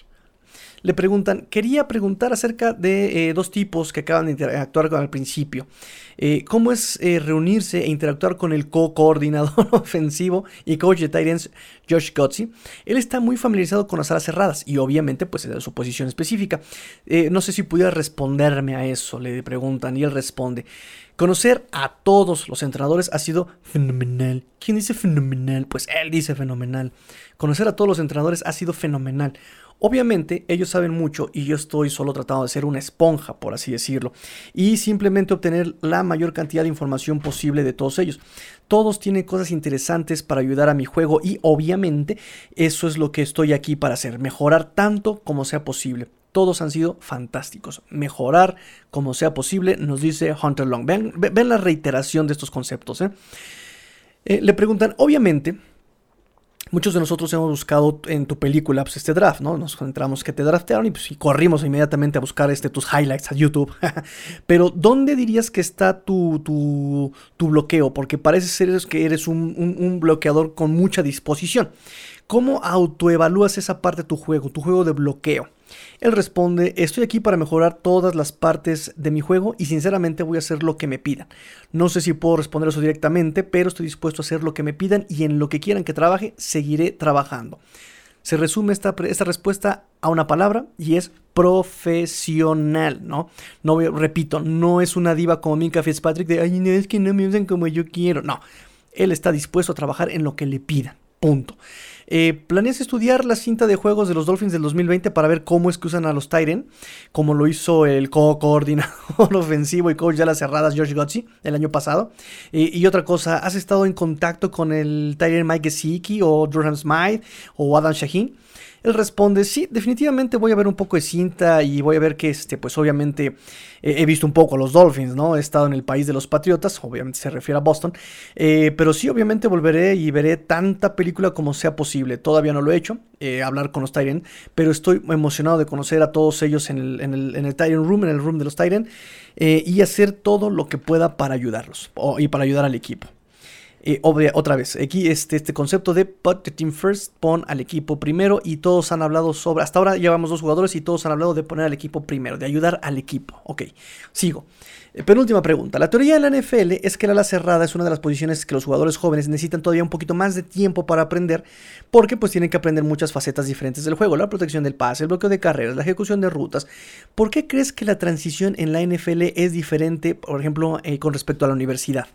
S1: Le preguntan, quería preguntar acerca de eh, dos tipos que acaban de interactuar al principio. Eh, ¿Cómo es eh, reunirse e interactuar con el co-coordinador ofensivo y coach de tight ends, Josh Gotze? Él está muy familiarizado con las alas cerradas y obviamente pues es de su posición específica. Eh, no sé si pudiera responderme a eso, le preguntan y él responde. Conocer a todos los entrenadores ha sido fenomenal. ¿Quién dice fenomenal? Pues él dice fenomenal. Conocer a todos los entrenadores ha sido fenomenal. Obviamente ellos saben mucho y yo estoy solo tratando de ser una esponja, por así decirlo, y simplemente obtener la mayor cantidad de información posible de todos ellos. Todos tienen cosas interesantes para ayudar a mi juego y obviamente eso es lo que estoy aquí para hacer, mejorar tanto como sea posible. Todos han sido fantásticos. Mejorar como sea posible, nos dice Hunter Long. Ven, ven la reiteración de estos conceptos. ¿eh? Eh, le preguntan, obviamente, muchos de nosotros hemos buscado en tu película pues, este draft, ¿no? Nos encontramos que te draftearon y, pues, y corrimos inmediatamente a buscar este, tus highlights a YouTube. Pero, ¿dónde dirías que está tu, tu, tu bloqueo? Porque parece ser que eres un, un, un bloqueador con mucha disposición. ¿Cómo autoevalúas esa parte de tu juego, tu juego de bloqueo? Él responde, estoy aquí para mejorar todas las partes de mi juego y sinceramente voy a hacer lo que me pidan. No sé si puedo responder eso directamente, pero estoy dispuesto a hacer lo que me pidan y en lo que quieran que trabaje, seguiré trabajando. Se resume esta, esta respuesta a una palabra y es profesional, ¿no? No repito, no es una diva como Minkah Fitzpatrick de, ay, no, es que no me usan como yo quiero. No, él está dispuesto a trabajar en lo que le pidan, punto. Eh, ¿Planeas estudiar la cinta de juegos de los Dolphins del dos mil veinte para ver cómo es que usan a los tight end? Como lo hizo el co-coordinador ofensivo y coach de alas cerradas Josh Gotze el año pasado. Eh, y otra cosa, ¿has estado en contacto con el tight end Mike Gesicki o Durham Smythe o Adam Shaheen? Él responde, sí, definitivamente voy a ver un poco de cinta y voy a ver que, este, pues obviamente eh, he visto un poco a los Dolphins, ¿no? He estado en el país de los Patriotas, obviamente se refiere a Boston, eh, pero sí, obviamente volveré y veré tanta película como sea posible. Todavía no lo he hecho, eh, hablar con los tight end, pero estoy emocionado de conocer a todos ellos en el, en el, en el tight end room, en el room de los tight end, eh, y hacer todo lo que pueda para ayudarlos o, y para ayudar al equipo. Eh, obvia, otra vez, aquí este, este concepto de put the team first, pon al equipo primero y todos han hablado sobre, hasta ahora llevamos dos jugadores y todos han hablado de poner al equipo primero, de ayudar al equipo. Ok, sigo. Eh, penúltima pregunta. La teoría de la N F L es que la ala cerrada es una de las posiciones que los jugadores jóvenes necesitan todavía un poquito más de tiempo para aprender porque pues tienen que aprender muchas facetas diferentes del juego, la protección del pase, el bloqueo de carreras, la ejecución de rutas. ¿Por qué crees que la transición en la N F L es diferente, por ejemplo, eh, con respecto a la universidad?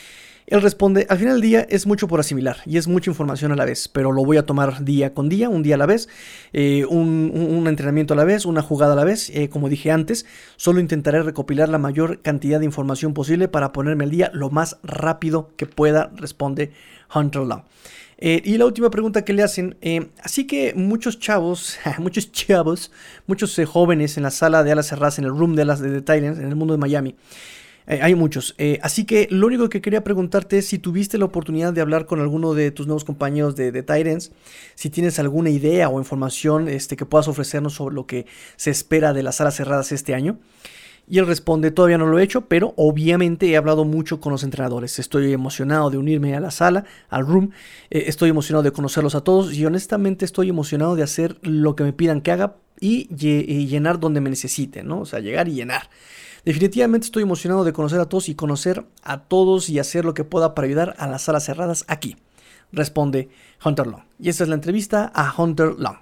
S1: Él responde, al final del día es mucho por asimilar y es mucha información a la vez, pero lo voy a tomar día con día, un día a la vez, eh, un, un, un entrenamiento a la vez, una jugada a la vez, eh, como dije antes, solo intentaré recopilar la mayor cantidad de información posible para ponerme al día lo más rápido que pueda, responde Hunter Long. Eh, y la última pregunta que le hacen, eh, así que muchos chavos, muchos chavos, muchos eh, jóvenes en la sala de alas cerradas, en el room de alas de, de Titans, en el mundo de Miami, Eh, hay muchos, eh, así que lo único que quería preguntarte es si tuviste la oportunidad de hablar con alguno de tus nuevos compañeros de, de Titans, si tienes alguna idea o información este, que puedas ofrecernos sobre lo que se espera de las alas cerradas este año. Y él responde, todavía no lo he hecho, pero obviamente he hablado mucho con los entrenadores. Estoy emocionado de unirme a la sala, al room. Eh, estoy emocionado de conocerlos a todos y honestamente estoy emocionado de hacer lo que me pidan que haga y, y llenar donde me necesiten, ¿no? O sea, llegar y llenar. Definitivamente estoy emocionado de conocer a todos y conocer a todos y hacer lo que pueda para ayudar a las salas cerradas aquí, responde Hunter Long. Y esta es la entrevista a Hunter Long.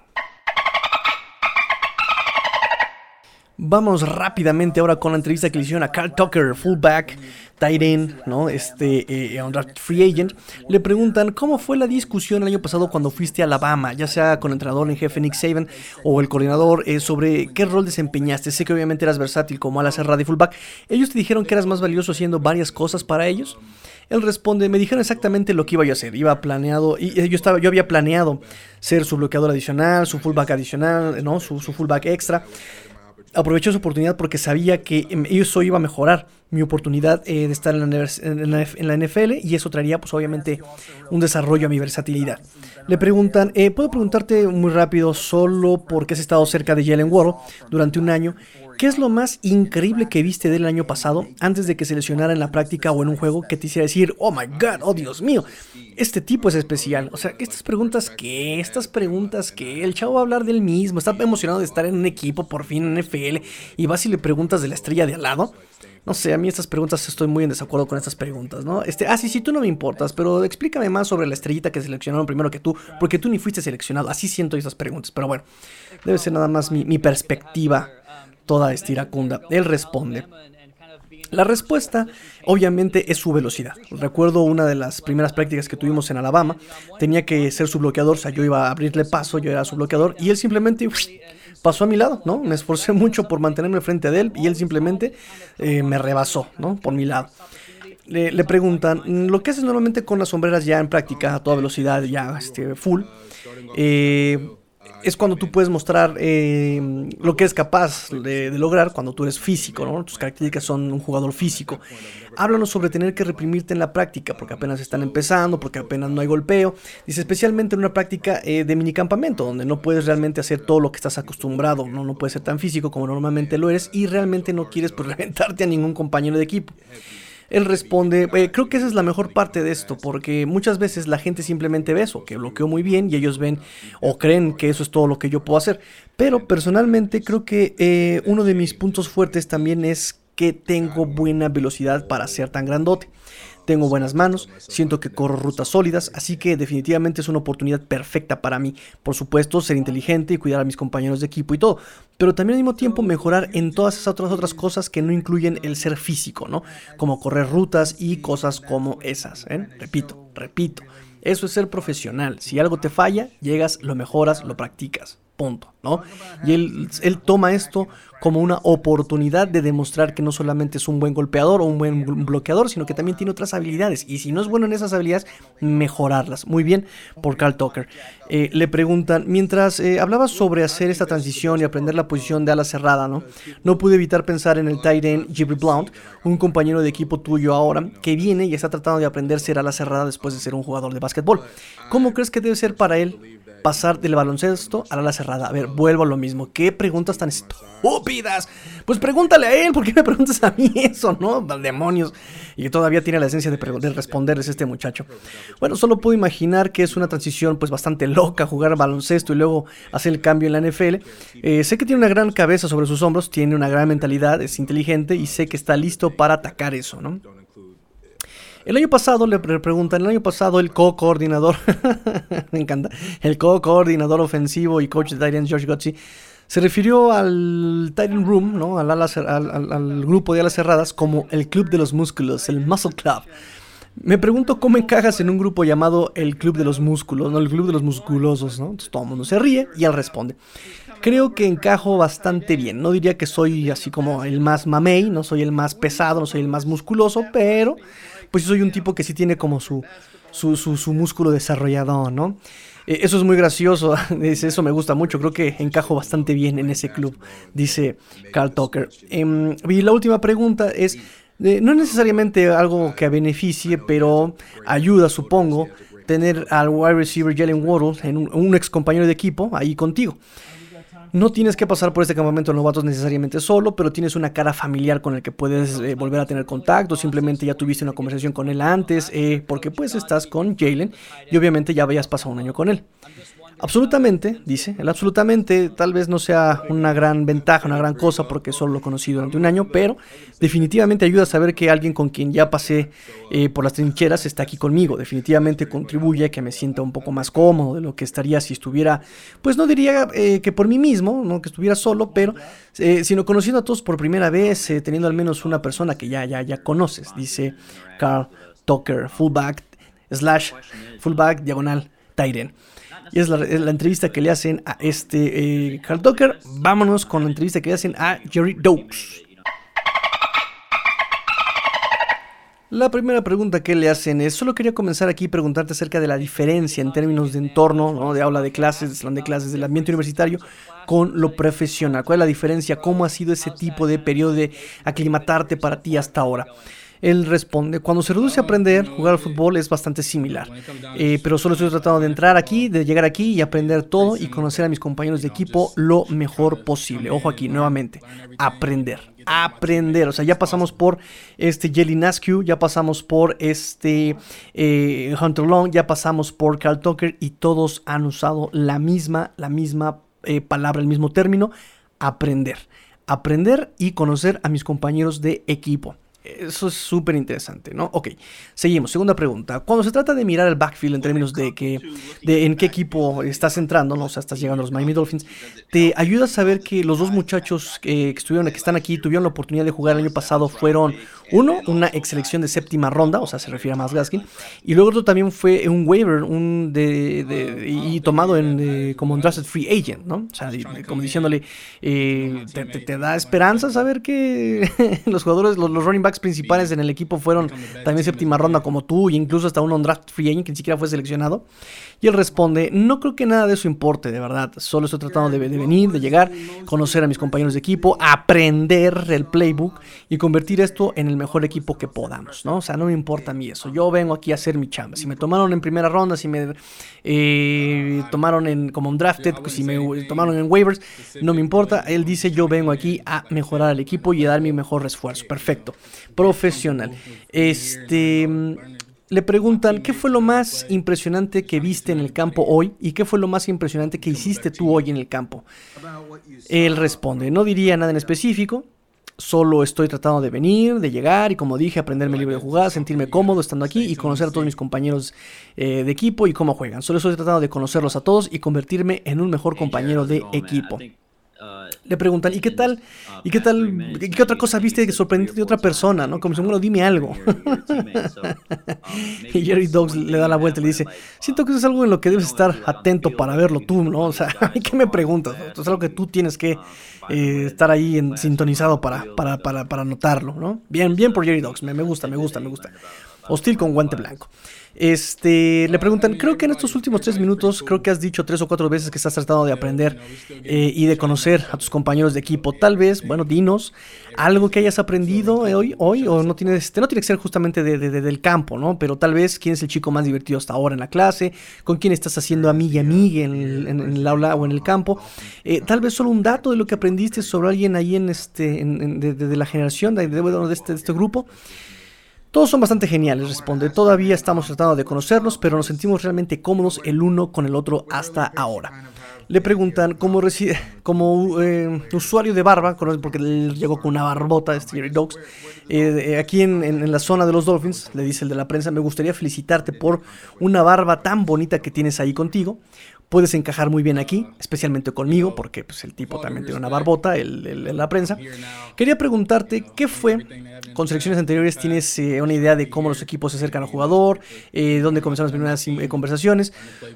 S1: Vamos rápidamente ahora con la entrevista que le hicieron a Carl Tucker, fullback, tight end, ¿no? Este, eh, free agent. Le preguntan cómo fue la discusión el año pasado cuando fuiste a Alabama, ya sea con el entrenador en jefe Nick Saban o el coordinador, eh, sobre qué rol desempeñaste. Sé que obviamente eras versátil como ala cerrada y fullback. Ellos te dijeron que eras más valioso haciendo varias cosas para ellos. Él responde, me dijeron exactamente lo que iba yo a hacer, iba planeado, y yo, estaba, yo había planeado ser su bloqueador adicional, su fullback adicional, ¿no? su, su fullback extra. Aproveché su oportunidad porque sabía que eso iba a mejorar mi oportunidad eh, de estar en la, en, la, en la N F L, y eso traería pues obviamente un desarrollo a mi versatilidad. Le preguntan, eh, ¿puedo preguntarte muy rápido, solo porque has estado cerca de Jalen Waddle durante un año, qué es lo más increíble que viste del año pasado antes de que se lesionara en la práctica o en un juego que te hiciera decir, oh my god, oh Dios mío, este tipo es especial? O sea, estas preguntas que, estas preguntas que, el chavo va a hablar del mismo, está emocionado de estar en un equipo por fin en N F L, y vas y le preguntas de la estrella de al lado. No sé, a mí estas preguntas estoy muy en desacuerdo con estas preguntas, ¿no? Este, ah, sí, sí, tú no me importas, pero explícame más sobre la estrellita que seleccionaron primero que tú, porque tú ni fuiste seleccionado. Así siento esas preguntas, pero bueno, debe ser nada más mi, mi perspectiva toda esta iracunda. Él responde. La respuesta, obviamente, es su velocidad. Recuerdo una de las primeras prácticas que tuvimos en Alabama, tenía que ser su bloqueador, o sea, yo iba a abrirle paso, yo era su bloqueador, y él simplemente uf, pasó a mi lado, ¿no? Me esforcé mucho por mantenerme frente de él, y él simplemente eh, me rebasó, ¿no? Por mi lado. Le, le preguntan, ¿lo que haces normalmente con las sombreras ya en práctica, a toda velocidad, ya este, full? Eh... Es cuando tú puedes mostrar eh, lo que eres capaz de, de lograr cuando tú eres físico, ¿no? Tus características son un jugador físico. Háblanos sobre tener que reprimirte en la práctica, porque apenas están empezando, porque apenas no hay golpeo. Dice, especialmente en una práctica eh, de minicampamento, donde no puedes realmente hacer todo lo que estás acostumbrado, ¿no? No puedes ser tan físico como normalmente lo eres, y realmente no quieres pues reventarte a ningún compañero de equipo. Él responde, eh, creo que esa es la mejor parte de esto, porque muchas veces la gente simplemente ve eso, que bloqueo muy bien, y ellos ven o creen que eso es todo lo que yo puedo hacer. Pero personalmente creo que eh, uno de mis puntos fuertes también es que tengo buena velocidad para ser tan grandote. Tengo buenas manos, siento que corro rutas sólidas, así que definitivamente es una oportunidad perfecta para mí. Por supuesto, ser inteligente y cuidar a mis compañeros de equipo y todo, pero también al mismo tiempo mejorar en todas esas otras, otras cosas que no incluyen el ser físico, ¿no? Como correr rutas y cosas como esas, ¿eh? Repito, repito, eso es ser profesional. Si algo te falla, llegas, lo mejoras, lo practicas. Punto, ¿no? Y él, él toma esto como una oportunidad de demostrar que no solamente es un buen golpeador o un buen bloqueador, sino que también tiene otras habilidades, y si no es bueno en esas habilidades, mejorarlas. Muy bien por Carl Tucker. Eh, le preguntan, mientras eh, hablabas sobre hacer esta transición y aprender la posición de ala cerrada, ¿no? No pude evitar pensar en el tight end Jibby Blount, un compañero de equipo tuyo ahora, que viene y está tratando de aprender a ser ala cerrada después de ser un jugador de básquetbol. ¿Cómo crees que debe ser para él pasar del baloncesto a la ala cerrada? A ver, vuelvo a lo mismo. ¿Qué preguntas tan estúpidas? Pues pregúntale a él, ¿por qué me preguntas a mí eso, no? Demonios. Y que todavía tiene la esencia de, de responderles este muchacho. Bueno, solo puedo imaginar que es una transición pues bastante loca, jugar baloncesto y luego hacer el cambio en la N F L. Eh, sé que tiene una gran cabeza sobre sus hombros, tiene una gran mentalidad, es inteligente y sé que está listo para atacar eso, ¿no? El año pasado, le preguntan, el año pasado el co-coordinador, me encanta, el co-coordinador ofensivo y coach de tight ends, George Godsey, se refirió al tight end room, ¿no? al, ala, al, al, al grupo de alas cerradas, como el club de los músculos, el muscle club. Me pregunto cómo encajas en un grupo llamado el club de los músculos, no el club de los musculosos, ¿no? Entonces todo el mundo se ríe y él responde. Creo que encajo bastante bien. No diría que soy así como el más mamey, no soy el más pesado, no soy el más musculoso, pero pues soy un tipo que sí tiene como su, su, su, su músculo desarrollado, ¿no? Eh, eso es muy gracioso, eso me gusta mucho, creo que encajo bastante bien en ese club, dice Carl Tucker. Eh, y la última pregunta es, eh, no es necesariamente algo que beneficie, pero ayuda, supongo, tener al wide receiver Jalen Waddle, en un, un ex compañero de equipo, ahí contigo. No tienes que pasar por este campamento de novatos necesariamente solo, pero tienes una cara familiar con el que puedes eh, volver a tener contacto. Simplemente ya tuviste una conversación con él antes, eh, porque pues estás con Jalen y obviamente ya habías pasado un año con él. Absolutamente, dice, el absolutamente tal vez no sea una gran ventaja, una gran cosa, porque solo lo he conocido durante un año, pero definitivamente ayuda a saber que alguien con quien ya pasé eh, por las trincheras está aquí conmigo. Definitivamente contribuye a que me sienta un poco más cómodo de lo que estaría si estuviera, pues no diría eh, que por mí mismo, no que estuviera solo, pero eh, sino conociendo a todos por primera vez, eh, teniendo al menos una persona que ya, ya, ya conoces, dice Carl Tucker, fullback, slash, fullback, diagonal, tight end. Y es la, es la entrevista que le hacen a este eh, Carl Tucker. Vámonos con la entrevista que le hacen a Jerry Doaks. La primera pregunta que le hacen es, solo quería comenzar aquí y preguntarte acerca de la diferencia en términos de entorno, ¿no? De aula de clases, de salón de clases, del ambiente universitario con lo profesional. ¿Cuál es la diferencia? ¿Cómo ha sido ese tipo de periodo de aclimatarte para ti hasta ahora? Él responde, cuando se reduce a aprender, jugar al fútbol es bastante similar, eh, pero solo estoy tratando de entrar aquí, de llegar aquí y aprender todo y conocer a mis compañeros de equipo lo mejor posible. Ojo aquí, nuevamente, aprender, aprender, o sea, ya pasamos por este Jelly Naskew, ya pasamos por este eh, Hunter Long, ya pasamos por Carl Tucker y todos han usado la misma, la misma eh, palabra, el mismo término, aprender, aprender y conocer a mis compañeros de equipo. Eso es súper interesante, ¿no? Ok, seguimos. Segunda pregunta. Cuando se trata de mirar el backfield en términos de, que, de en qué equipo estás entrando, ¿no? O sea, estás llegando a los Miami Dolphins, ¿te ayuda a saber que los dos muchachos que, que, estuvieron, que están aquí tuvieron la oportunidad de jugar el año pasado fueron, uno, una ex selección de séptima ronda, o sea, se refiere a Myles Gaskin, y luego otro también fue un waiver un de, de, y tomado en, de, como un drafted free agent, ¿no? O sea, de, de, como diciéndole, eh, te, te, te da esperanza saber que los jugadores, los, los running backs principales en el equipo fueron también séptima ronda como tú, e incluso hasta un draft free agent que ni siquiera fue seleccionado. Y él responde, no creo que nada de eso importe, de verdad, solo estoy tratando de, de venir, de llegar, conocer a mis compañeros de equipo, aprender el playbook y convertir esto en el mejor equipo que podamos, ¿no? O sea, no me importa a mí eso, yo vengo aquí a hacer mi chamba. Si me tomaron en primera ronda, si me eh, tomaron en como un drafted, si me tomaron en waivers, no me importa. Él dice, yo vengo aquí a mejorar al equipo y a dar mi mejor esfuerzo. Perfecto, profesional. Este... Le preguntan, ¿qué fue lo más impresionante que viste en el campo hoy? ¿Y qué fue lo más impresionante que hiciste tú hoy en el campo? Él responde, no diría nada en específico, solo estoy tratando de venir, de llegar y, como dije, aprenderme el libro de jugar, sentirme cómodo estando aquí y conocer a todos mis compañeros eh, de equipo y cómo juegan. Solo estoy tratando de conocerlos a todos y convertirme en un mejor compañero de equipo. Le preguntan, ¿y qué tal? ¿Y qué tal? ¿Qué otra cosa viste que sorprendiste de otra persona? ¿No? Como si, bueno, dime algo. Y Jerry Dogs le da la vuelta y le dice, siento que eso es algo en lo que debes estar atento para verlo tú, ¿no? O sea, ¿qué me preguntas? Esto es algo que tú tienes que eh, estar ahí en, sintonizado para, para, para, para notarlo, ¿no? Bien, bien por Jerry Dogs, me, me gusta, me gusta, me gusta. Hostil con guante blanco. Este, le preguntan, creo que en estos últimos tres minutos, creo que has dicho tres o cuatro veces que estás tratando de aprender eh, y de conocer a tus compañeros de equipo. Tal vez, bueno, dinos algo que hayas aprendido hoy, hoy o no tiene, este, no tiene que ser justamente de, de, de, del campo, ¿no? Pero tal vez, ¿quién es el chico más divertido hasta ahora en la clase? ¿Con quién estás haciendo amiga y amiga en, en, en el aula o en el campo? Eh, tal vez solo un dato de lo que aprendiste sobre alguien ahí en este, en, en, de, de, de la generación, de, de, de, este, de este grupo. Todos son bastante geniales, responde. Todavía estamos tratando de conocernos, pero nos sentimos realmente cómodos el uno con el otro hasta ahora. Le preguntan, como, reci- como eh, usuario de barba, porque él llegó con una barbota, este Jerry Dogs, eh, aquí en, en, en la zona de los Dolphins, le dice el de la prensa, me gustaría felicitarte por una barba tan bonita que tienes ahí contigo. Puedes encajar muy bien aquí, especialmente conmigo, porque pues, el tipo también tiene una barbota, el, el, el, la prensa. Quería preguntarte, ¿qué fue? Con selecciones anteriores tienes eh, una idea de cómo los equipos se acercan al jugador, eh, dónde comenzaron las primeras eh, conversaciones,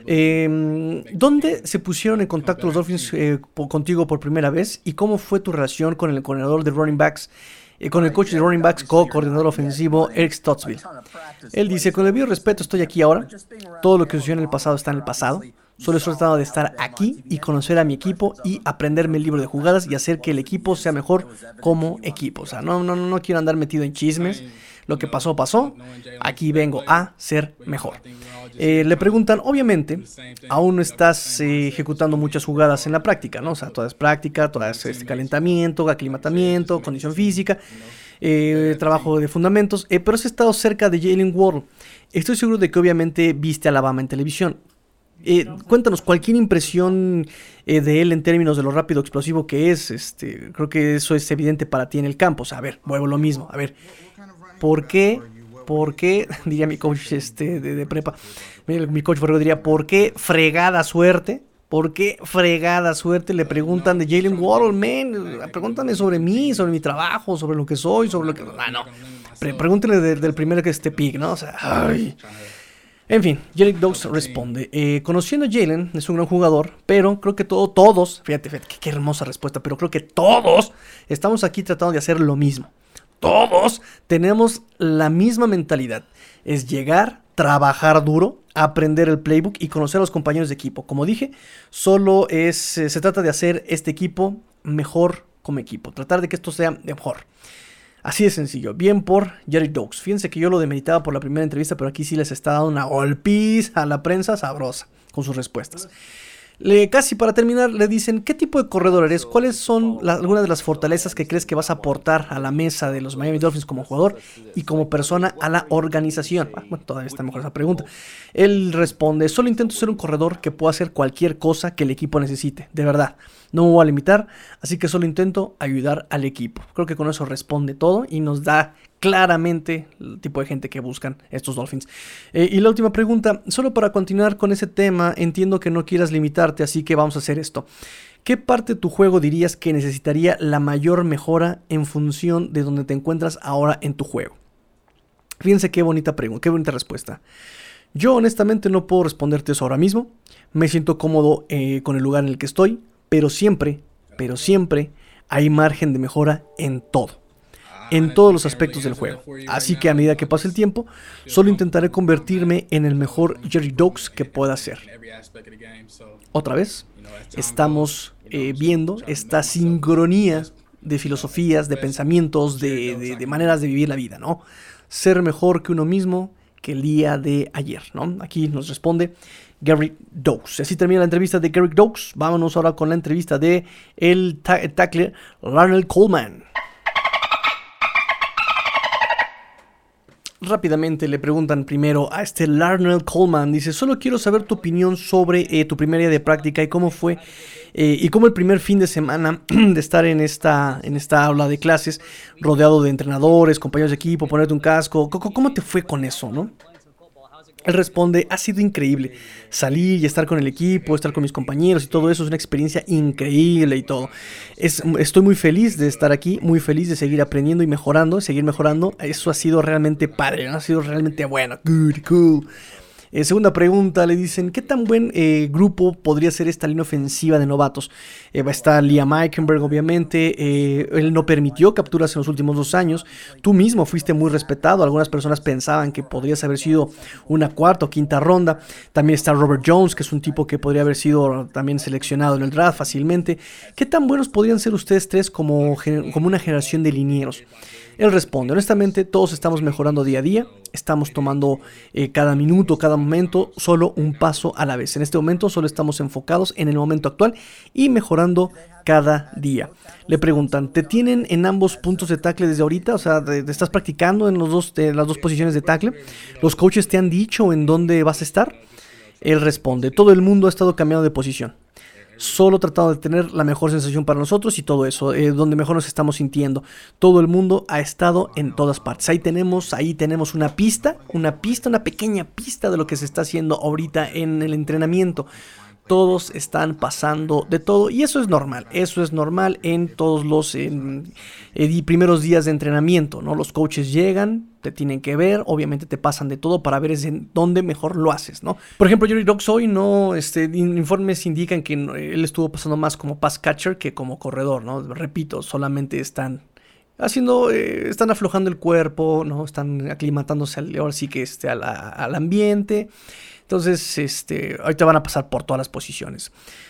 S1: eh, dónde se pusieron en contacto los Dolphins eh, po- contigo por primera vez y cómo fue tu relación con el coordinador de running backs, eh, con el coach de running backs, co-coordinador ofensivo Eric Stottsville. Él dice, con el debido respeto estoy aquí ahora, todo lo que sucedió en el pasado está en el pasado. Solo estoy tratando de estar aquí y conocer a mi equipo y aprenderme el libro de jugadas y hacer que el equipo sea mejor como equipo. O sea, no, no, no quiero andar metido en chismes. Lo que pasó, pasó. Aquí vengo a ser mejor. Eh, le preguntan, obviamente, aún no estás eh, ejecutando muchas jugadas en la práctica, ¿no? O sea, toda es práctica, todo es este calentamiento, aclimatamiento, condición física, eh, trabajo de fundamentos. Eh, pero has estado cerca de Jalen Waddle. Estoy seguro de que obviamente viste a Alabama en televisión. Eh, cuéntanos cualquier impresión eh, de él en términos de lo rápido explosivo que es. Este, creo que eso es evidente para ti en el campo. O sea, a ver, vuelvo lo mismo. A ver, ¿por qué? ¿Por qué? Diría mi coach este, de, de prepa. Mi, mi coach Borrego diría, ¿por qué fregada suerte? ¿Por qué fregada suerte? Le preguntan de Jalen Waddle, man. Pregúntame sobre mí, sobre mi trabajo, sobre lo que soy, sobre lo que... Ah, no. Pre- pregúntenle de, del primer que este pick, ¿no? O sea, ay... En fin, Jerry Dogs responde, eh, conociendo a Jalen, es un gran jugador, pero creo que todo, todos, fíjate, fíjate, qué, qué hermosa respuesta, pero creo que todos estamos aquí tratando de hacer lo mismo. todos tenemos la misma mentalidad. Es llegar, trabajar duro, aprender el playbook y conocer a los compañeros de equipo. Como dije, solo es, eh, se trata de hacer este equipo mejor como equipo. Tratar de que esto sea mejor. Así de sencillo. Bien por Jerry Dokes. Fíjense que yo lo demeritaba por la primera entrevista, pero aquí sí les está dando una golpiza a la prensa sabrosa con sus respuestas. Le, casi para terminar, le dicen, ¿qué tipo de corredor eres? ¿Cuáles son la, algunas de las fortalezas que crees que vas a aportar a la mesa de los Miami Dolphins como jugador y como persona a la organización? Ah, bueno, todavía está mejor esa pregunta. Él responde, solo intento ser un corredor que pueda hacer cualquier cosa que el equipo necesite, de verdad. No me voy a limitar, así que solo intento ayudar al equipo. Creo que con eso responde todo y nos da claramente el tipo de gente que buscan estos Dolphins. Eh, y la última pregunta, solo para continuar con ese tema, entiendo que no quieras limitarte, así que vamos a hacer esto. ¿Qué parte de tu juego dirías que necesitaría la mayor mejora en función de donde te encuentras ahora en tu juego? Fíjense qué bonita pregunta, qué bonita respuesta. Yo honestamente no puedo responderte eso ahora mismo. Me siento cómodo eh, con el lugar en el que estoy, pero siempre, pero siempre hay margen de mejora en todo. En todos los aspectos del juego. Así que a medida que pase el tiempo, solo intentaré convertirme en el mejor Jerry Dokes que pueda ser. Otra vez, estamos eh, viendo esta sincronía de filosofías, de pensamientos, de, de, de maneras de vivir la vida, ¿no? Ser mejor que uno mismo que el día de ayer, ¿no? Aquí nos responde Gary Dokes. Así termina la entrevista de Gary Dokes. Vámonos ahora con la entrevista de el ta- tackle Larnell Coleman. Rápidamente le preguntan primero a este Larnell Coleman. Dice, solo quiero saber tu opinión sobre eh, tu primer día de práctica y cómo fue eh, y cómo el primer fin de semana de estar en esta, en esta aula de clases rodeado de entrenadores, compañeros de equipo, ponerte un casco. ¿Cómo, cómo te fue con eso, no? Él responde, ha sido increíble. Salir y estar con el equipo, estar con mis compañeros y todo eso es una experiencia increíble y todo. Es, estoy muy feliz de estar aquí, muy feliz de seguir aprendiendo y mejorando, seguir mejorando. Eso ha sido realmente padre, ¿no? Ha sido realmente bueno. Good, cool. Eh, segunda pregunta, le dicen, ¿qué tan buen eh, grupo podría ser esta línea ofensiva de novatos? Eh, va a estar Liam Eichenberg, obviamente. Eh, él no permitió capturas en los últimos dos años. Tú mismo fuiste muy respetado. Algunas personas pensaban que podrías haber sido una cuarta o quinta ronda. También está Robert Jones, que es un tipo que podría haber sido también seleccionado en el draft fácilmente. ¿Qué tan buenos podrían ser ustedes tres como, como una generación de linieros? Él responde, honestamente todos estamos mejorando día a día, estamos tomando eh, cada minuto, cada momento, solo un paso a la vez. En este momento solo estamos enfocados en el momento actual y mejorando cada día. Le preguntan, ¿te tienen en ambos puntos de tackle desde ahorita? O sea, ¿te, te estás practicando en los dos, de las dos posiciones de tackle? ¿Los coaches te han dicho en dónde vas a estar? Él responde, todo el mundo ha estado cambiando de posición. Solo tratando de tener la mejor sensación para nosotros y todo eso, eh, donde mejor nos estamos sintiendo. Todo el mundo ha estado en todas partes. Ahí tenemos, ahí tenemos una pista, una pista, una pequeña pista de lo que se está haciendo ahorita en el entrenamiento. Todos están pasando de todo y eso es normal, eso es normal en todos los en, en primeros días de entrenamiento, ¿no? Los coaches llegan, te tienen que ver, obviamente te pasan de todo para ver en dónde mejor lo haces, ¿no? Por ejemplo, Jerry Dokes hoy no, este, informes indican que no, él estuvo pasando más como pass catcher que como corredor, ¿no? Repito, solamente están haciendo, eh, están aflojando el cuerpo, ¿no? Están aclimatándose al, ahora sí que este, a la, al ambiente. Entonces, este, ahorita van a pasar por todas las posiciones.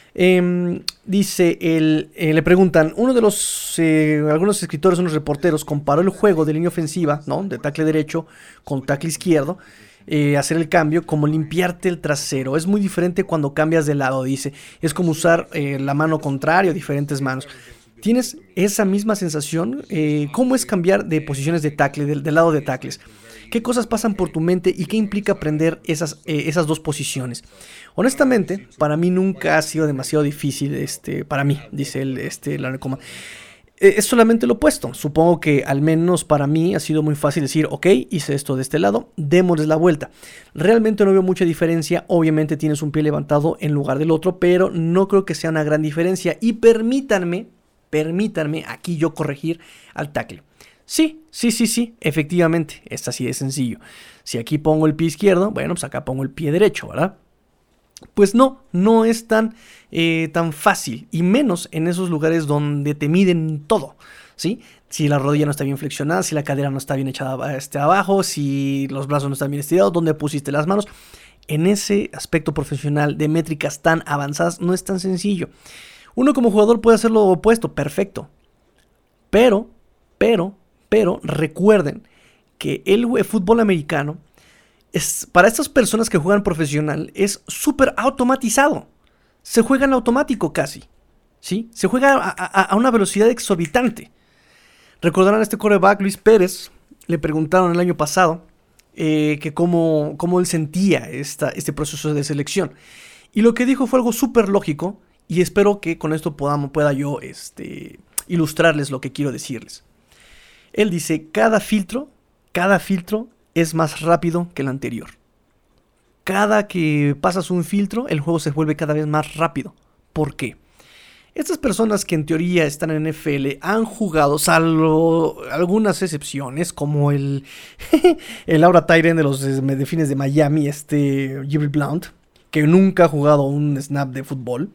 S1: Eh, dice, el, eh, le preguntan, uno de los, eh, algunos escritores, unos reporteros, comparó el juego de línea ofensiva, ¿no? De tackle derecho con tackle izquierdo, eh, hacer el cambio, como limpiarte el trasero. Es muy diferente cuando cambias de lado, dice. Es como usar eh, la mano contraria o diferentes manos. ¿Tienes esa misma sensación? Eh, ¿Cómo es cambiar de posiciones de tackle, del, del lado de tackles? ¿Qué cosas pasan por tu mente y qué implica aprender esas, eh, esas dos posiciones? Honestamente, para mí nunca ha sido demasiado difícil, este, para mí, dice el, este, Larnell Coleman. Eh, es solamente lo opuesto. Supongo que al menos para mí ha sido muy fácil decir, ok, hice esto de este lado, démosles la vuelta. Realmente no veo mucha diferencia. Obviamente tienes un pie levantado en lugar del otro, pero no creo que sea una gran diferencia. Y permítanme, permítanme aquí yo corregir al tackle. Sí, sí, sí, sí, efectivamente, es así de sencillo. Si aquí pongo el pie izquierdo, bueno, pues acá pongo el pie derecho, ¿verdad? Pues no, no es tan, eh, tan fácil, y menos en esos lugares donde te miden todo, ¿sí? Si la rodilla no está bien flexionada, si la cadera no está bien echada este, abajo, si los brazos no están bien estirados, dónde pusiste las manos. En ese aspecto profesional de métricas tan avanzadas no es tan sencillo. Uno como jugador puede hacer lo opuesto, perfecto. Pero, pero, pero, recuerden que el fútbol americano, es, para estas personas que juegan profesional, es súper automatizado. Se juega en automático casi, ¿sí? Se juega a, a, a una velocidad exorbitante. Recordarán a este quarterback, Luis Pérez, le preguntaron el año pasado eh, que cómo, cómo él sentía esta, este proceso de selección. Y lo que dijo fue algo súper lógico, y espero que con esto podamos, pueda yo este, ilustrarles lo que quiero decirles. Él dice, cada filtro, cada filtro es más rápido que el anterior. Cada que pasas un filtro, el juego se vuelve cada vez más rápido. ¿Por qué? Estas personas que en teoría están en N F L han jugado, salvo algunas excepciones, como el, el Aura Tyren de los Delfines de Miami, este Jimmy Blount, que nunca ha jugado un snap de fútbol.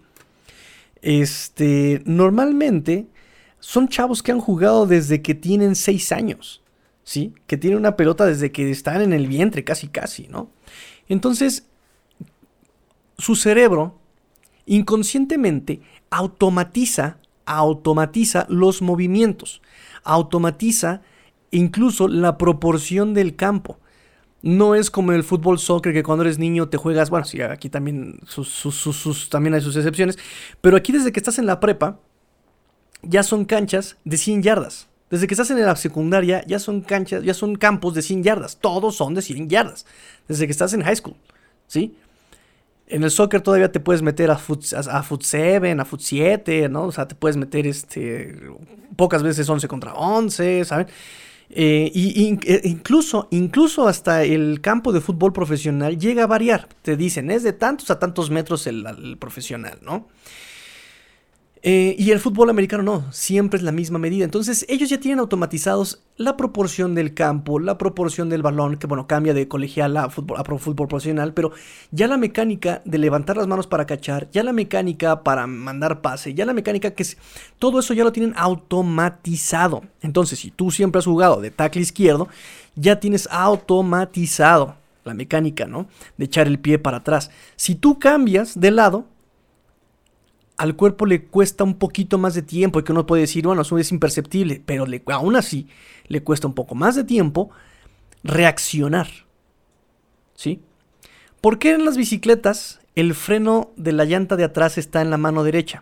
S1: Este, normalmente son chavos que han jugado desde que tienen seis años, ¿sí? Que tienen una pelota desde que están en el vientre, casi casi, ¿no? Entonces, su cerebro inconscientemente automatiza, automatiza los movimientos, automatiza incluso la proporción del campo. No es como el fútbol soccer que cuando eres niño te juegas, bueno, sí, aquí también, sus, sus, sus, sus, también hay sus excepciones, pero aquí desde que estás en la prepa ya son canchas de cien yardas. Desde que estás en la secundaria ya son canchas, ya son campos de cien yardas, todos son de cien yardas, desde que estás en high school, ¿sí? En el soccer todavía te puedes meter a Foot, a, a Foot siete, a Foot siete, ¿no? O sea, te puedes meter este, pocas veces once contra once, ¿saben? Eh, y, y, incluso, incluso hasta el campo de fútbol profesional llega a variar. Te dicen, es de tantos a tantos metros el, el profesional, ¿no? Eh, y el fútbol americano no, siempre es la misma medida. Entonces ellos ya tienen automatizados la proporción del campo, la proporción del balón, que bueno, cambia de colegial a fútbol, a pro fútbol profesional, pero ya la mecánica de levantar las manos para cachar, ya la mecánica para mandar pase, ya la mecánica que es, todo eso ya lo tienen automatizado. Entonces si tú siempre has jugado de tackle izquierdo, ya tienes automatizado la mecánica, ¿no? De echar el pie para atrás. Si tú cambias de lado, al cuerpo le cuesta un poquito más de tiempo, y que uno puede decir, bueno, eso es imperceptible, pero le, aún así le cuesta un poco más de tiempo reaccionar, ¿sí? ¿Por qué en las bicicletas el freno de la llanta de atrás está en la mano derecha?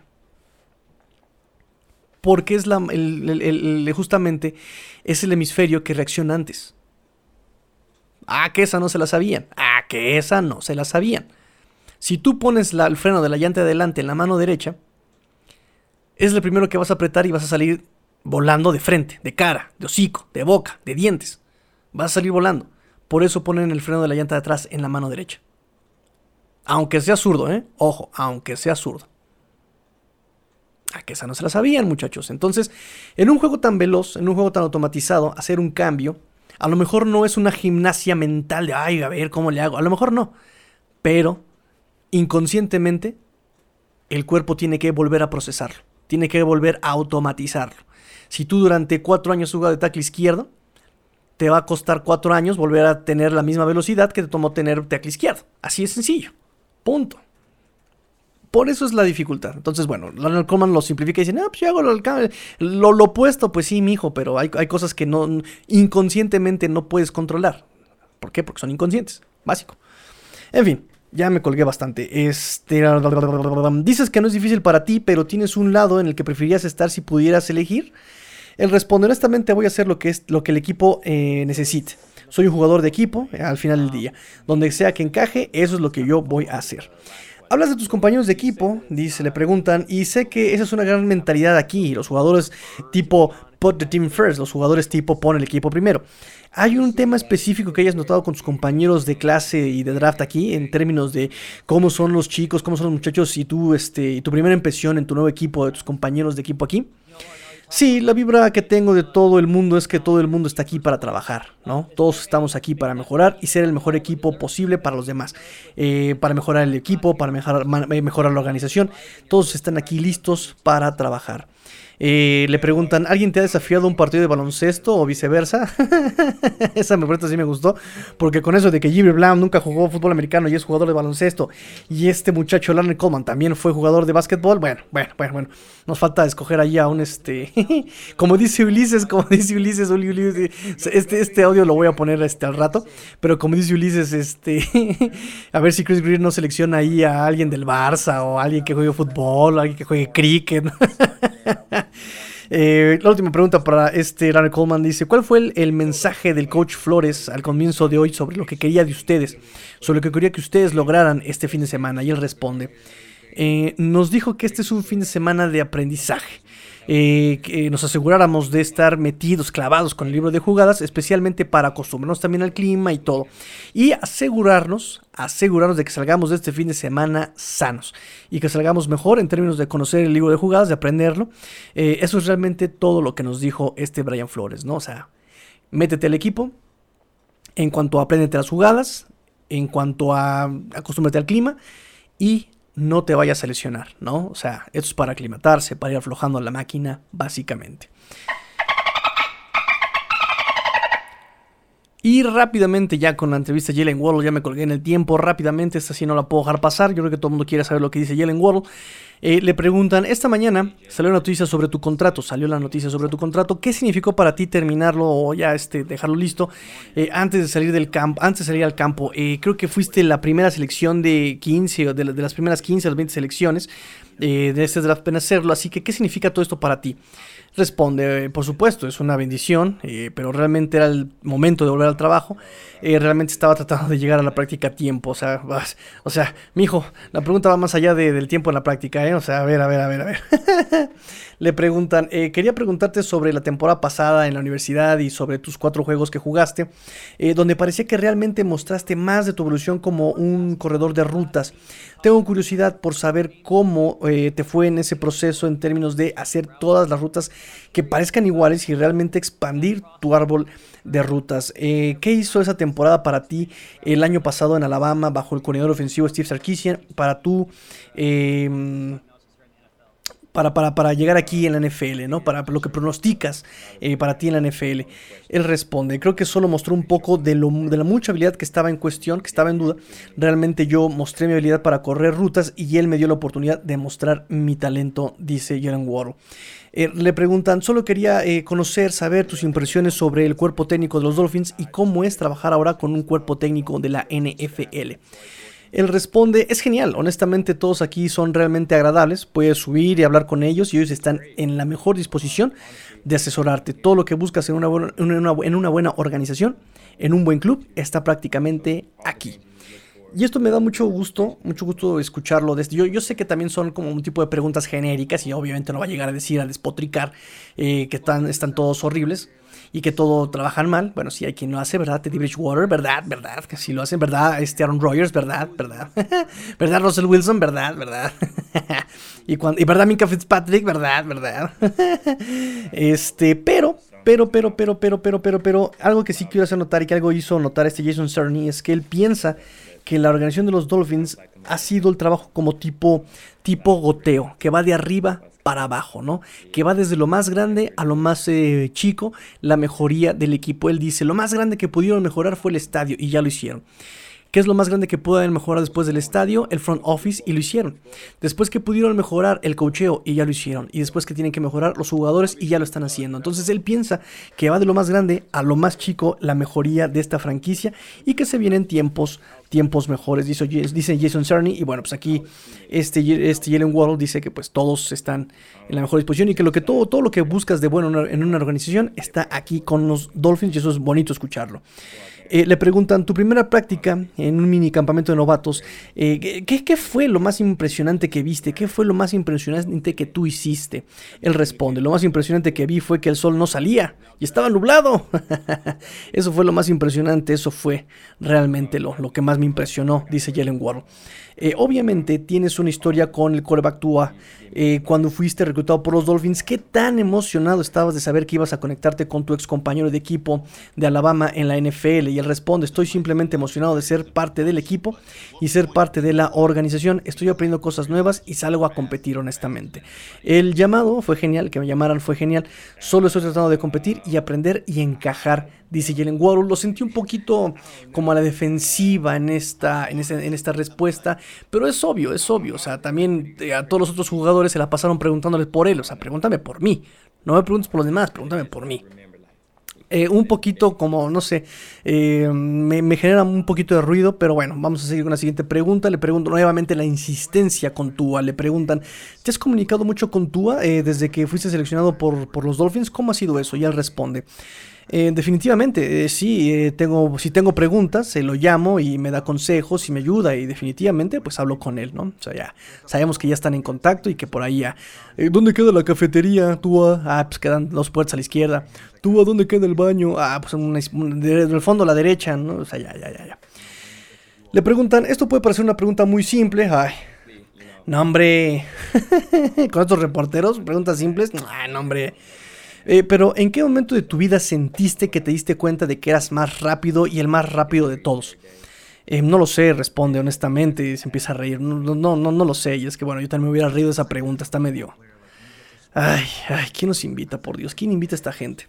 S1: Porque es la, el, el, el, justamente es el hemisferio que reacciona antes. Ah, que esa no se la sabían. Ah, que esa no se la sabían. Si tú pones la, el freno de la llanta de adelante en la mano derecha, es el primero que vas a apretar y vas a salir volando de frente, de cara, de hocico, de boca, de dientes. Vas a salir volando. Por eso ponen el freno de la llanta de atrás en la mano derecha. Aunque sea zurdo, ¿eh? Ojo, aunque sea zurdo. Ah, que esa no se la sabían, muchachos. Entonces, en un juego tan veloz, en un juego tan automatizado, hacer un cambio, a lo mejor no es una gimnasia mental de, ay, a ver cómo le hago. A lo mejor no. Pero inconscientemente, el cuerpo tiene que volver a procesarlo, tiene que volver a automatizarlo. Si tú durante cuatro años has jugado de tackle izquierdo, te va a costar cuatro años volver a tener la misma velocidad que te tomó tener tackle izquierdo. Así es sencillo. Punto. Por eso es la dificultad. Entonces, bueno, Ronald Koeman lo simplifica y dice, no, pues yo hago lo, lo, lo opuesto. Pues sí, mijo, pero hay, hay cosas que no inconscientemente no puedes controlar. ¿Por qué? Porque son inconscientes. Básico. En fin. Ya me colgué bastante. Este, dices que no es difícil para ti, pero tienes un lado en el que preferirías estar si pudieras elegir. Él responde, honestamente voy a hacer lo que, es, lo que el equipo eh, necesite. Soy un jugador de equipo eh, al final del día. Donde sea que encaje, eso es lo que yo voy a hacer. Hablas de tus compañeros de equipo, dice, le preguntan, y sé que esa es una gran mentalidad aquí. Los jugadores tipo put the team first, los jugadores tipo pon el equipo primero. ¿Hay un tema específico que hayas notado con tus compañeros de clase y de draft aquí, en términos de cómo son los chicos, cómo son los muchachos y tú, este, y tu primera impresión en tu nuevo equipo, de tus compañeros de equipo aquí? Sí, la vibra que tengo de todo el mundo es que todo el mundo está aquí para trabajar, ¿no? Todos estamos aquí para mejorar y ser el mejor equipo posible para los demás, eh, para mejorar el equipo, para mejorar, mejorar la organización. Todos están aquí listos para trabajar. Eh, le preguntan, ¿alguien te ha desafiado a un partido de baloncesto o viceversa? Esa me pregunta sí me gustó, porque con eso de que Jimmy Blam nunca jugó fútbol americano y es jugador de baloncesto, y este muchacho Larry Coleman también fue jugador de básquetbol, bueno, bueno, bueno, bueno, nos falta escoger ahí a un este, como dice Ulises, como dice Ulises, Ulises este, este audio lo voy a poner este al rato, pero como dice Ulises, este, a ver si Chris Greer no selecciona ahí a alguien del Barça, o a alguien que juegue fútbol, o alguien que juegue cricket. Eh, la última pregunta para este Larry Coleman dice: ¿cuál fue el, el mensaje del coach Flores al comienzo de hoy sobre lo que quería de ustedes, sobre lo que quería que ustedes lograran este fin de semana? Y él responde, eh, nos dijo que este es un fin de semana de aprendizaje, eh, que nos aseguráramos de estar metidos, clavados con el libro de jugadas, especialmente para acostumbrarnos también al clima y todo, y asegurarnos asegurarnos de que salgamos de este fin de semana sanos y que salgamos mejor en términos de conocer el libro de jugadas, de aprenderlo. Eh, eso es realmente todo lo que nos dijo este Brian Flores, ¿no? O sea, métete al equipo en cuanto a apréndete las jugadas, en cuanto a acostúmbrate al clima y no te vayas a lesionar, ¿no? O sea, esto es para aclimatarse, para ir aflojando la máquina, básicamente. Y rápidamente, ya con la entrevista de Jalen Waddle, ya me colgué en el tiempo, rápidamente, esta sí no la puedo dejar pasar, yo creo que todo el mundo quiere saber lo que dice Jalen Waddle. Eh, le preguntan, esta mañana salió la noticia sobre tu contrato, salió la noticia sobre tu contrato, ¿qué significó para ti terminarlo o ya este, dejarlo listo eh, antes de salir del campo, antes de salir al campo? Eh, creo que fuiste la primera selección de quince, de, de las primeras quince a las veinte selecciones eh, de este draft apenas hacerlo, así que ¿qué significa todo esto para ti? Responde, eh, por supuesto, es una bendición, eh, pero realmente era el momento de volver al trabajo. Eh, realmente estaba tratando de llegar a la práctica a tiempo. O sea, vas, o sea, mijo, la pregunta va más allá de, del tiempo en la práctica, ¿eh? O sea, a ver, a ver, a ver, a ver. Le preguntan, eh, quería preguntarte sobre la temporada pasada en la universidad y sobre tus cuatro juegos que jugaste, eh, donde parecía que realmente mostraste más de tu evolución como un corredor de rutas. Tengo curiosidad por saber cómo eh, te fue en ese proceso en términos de hacer todas las rutas que parezcan iguales y realmente expandir tu árbol de rutas. Eh, ¿Qué hizo esa temporada para ti el año pasado en Alabama bajo el coordinador ofensivo Steve Sarkisian para tú eh, para, para, para llegar aquí en la N F L, ¿no? Para lo que pronosticas eh, para ti en la N F L? Él responde, creo que solo mostró un poco de, lo, de la mucha habilidad que estaba en cuestión, que estaba en duda. Realmente yo mostré mi habilidad para correr rutas y él me dio la oportunidad de mostrar mi talento, dice Jalen Waddle. Eh, le preguntan, solo quería eh, conocer, saber tus impresiones sobre el cuerpo técnico de los Dolphins y cómo es trabajar ahora con un cuerpo técnico de la N F L. Él responde, es genial, honestamente todos aquí son realmente agradables, puedes subir y hablar con ellos y ellos están en la mejor disposición de asesorarte. Todo lo que buscas en una, buena, en una, en una buena organización, en un buen club, está prácticamente aquí. Y esto me da mucho gusto, mucho gusto escucharlo. Desde, yo, yo sé que también son como un tipo de preguntas genéricas y obviamente no va a llegar a decir, a despotricar eh, que están, están todos horribles y que todo trabajan mal. Bueno, sí hay quien lo hace, ¿verdad? Teddy Bridgewater, ¿verdad? ¿Verdad? Que sí lo hacen, ¿verdad? Este Aaron Rodgers, ¿verdad? ¿Verdad? ¿Verdad? Russell Wilson, ¿verdad? ¿Verdad? y, cuando, y ¿verdad? Minka Fitzpatrick, ¿verdad? ¿Verdad? este, pero... Pero, pero, pero, pero, pero, pero, pero, algo que sí quiero hacer notar y que algo hizo notar este Jason Cerny es que él piensa que la organización de los Dolphins ha sido el trabajo como tipo, tipo goteo, que va de arriba para abajo, ¿no? Que va desde lo más grande a lo más eh, chico, la mejoría del equipo. Él dice, lo más grande que pudieron mejorar fue el estadio y ya lo hicieron. ¿Qué es lo más grande que pueden mejorar después del estadio? El front office, y lo hicieron. Después que pudieron mejorar el coacheo, y ya lo hicieron. Y después que tienen que mejorar los jugadores, y ya lo están haciendo. Entonces él piensa que va de lo más grande a lo más chico la mejoría de esta franquicia y que se vienen tiempos, tiempos mejores, dice, dice Jason Cerny. Y bueno, pues aquí este, este Jalen Waddle dice que pues todos están en la mejor disposición y que, lo que todo, todo lo que buscas de bueno en una organización está aquí con los Dolphins, y eso es bonito escucharlo. Eh, le preguntan, tu primera práctica en un mini campamento de novatos, eh, ¿qué, ¿qué fue lo más impresionante que viste? ¿Qué fue lo más impresionante que tú hiciste? Él responde, lo más impresionante que vi fue que el sol no salía y estaba nublado. Eso fue lo más impresionante, eso fue realmente lo, lo que más me impresionó, dice Jalen Waddle. Eh, obviamente tienes una historia con el quarterback Tua. Eh, cuando fuiste reclutado por los Dolphins, ¿qué tan emocionado estabas de saber que ibas a conectarte con tu ex compañero de equipo de Alabama en la N F L? Y él responde, estoy simplemente emocionado de ser parte del equipo y ser parte de la organización. Estoy aprendiendo cosas nuevas y salgo a competir honestamente. El llamado fue genial, que me llamaran fue genial. Solo estoy tratando de competir y aprender y encajar, dice Jalen Waddle. Lo sentí un poquito como a la defensiva en esta, en esta, en esta respuesta, pero es obvio, es obvio. O sea, también eh, a todos los otros jugadores se la pasaron preguntándoles por él. O sea, pregúntame por mí. No me preguntes por los demás, pregúntame por mí. Eh, un poquito como, no sé, eh, me, me genera un poquito de ruido, pero bueno, vamos a seguir con la siguiente pregunta. Le pregunto nuevamente la insistencia con Tua. Le preguntan, ¿te has comunicado mucho con Tua eh, desde que fuiste seleccionado por, por los Dolphins? ¿Cómo ha sido eso? Y él responde, Eh, definitivamente, eh, sí, eh, tengo, si tengo preguntas, se lo llamo y me da consejos y me ayuda y definitivamente pues hablo con él, ¿no? O sea, ya sabemos que ya están en contacto y que por ahí ya, eh, ¿dónde queda la cafetería? Tua, ah, pues quedan dos puertas a la izquierda. Tua, ¿dónde queda el baño? Ah, pues en una, del fondo a la derecha, ¿no? O sea, ya, ya, ya, ya. Le preguntan, esto puede parecer una pregunta muy simple, ay, no hombre, con estos reporteros, preguntas simples, ay, no hombre. Eh, pero ¿en qué momento de tu vida sentiste que te diste cuenta de que eras más rápido y el más rápido de todos? Eh, no lo sé, responde honestamente y se empieza a reír. No, no, no, no lo sé. Y es que bueno, yo también me hubiera reído de esa pregunta, está medio... Ay, ay, ¿quién nos invita, por Dios? ¿Quién invita a esta gente?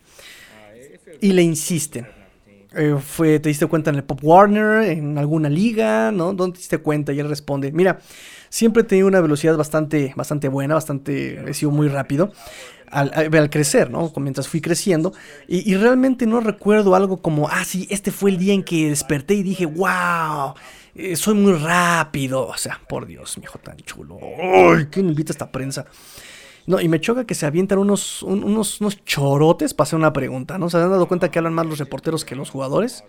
S1: Y le insisten. Eh, fue, ¿te diste cuenta en el Pop Warner, en alguna liga, ¿no? ¿Dónde te diste cuenta? Y él responde, mira, siempre he tenido una velocidad bastante, bastante buena, bastante, he sido muy rápido. Al, al, al crecer, ¿no? Mientras fui creciendo y, y realmente no recuerdo algo como, ah, sí, este fue el día en que desperté y dije, wow, eh, soy muy rápido. O sea, por Dios, mi hijo tan chulo. ¡Ay! ¿Quién invita a esta prensa? No, y me choca que se avientan unos, un, unos, unos chorotes para hacer una pregunta, ¿no? ¿Se han dado cuenta que hablan más los reporteros que los jugadores?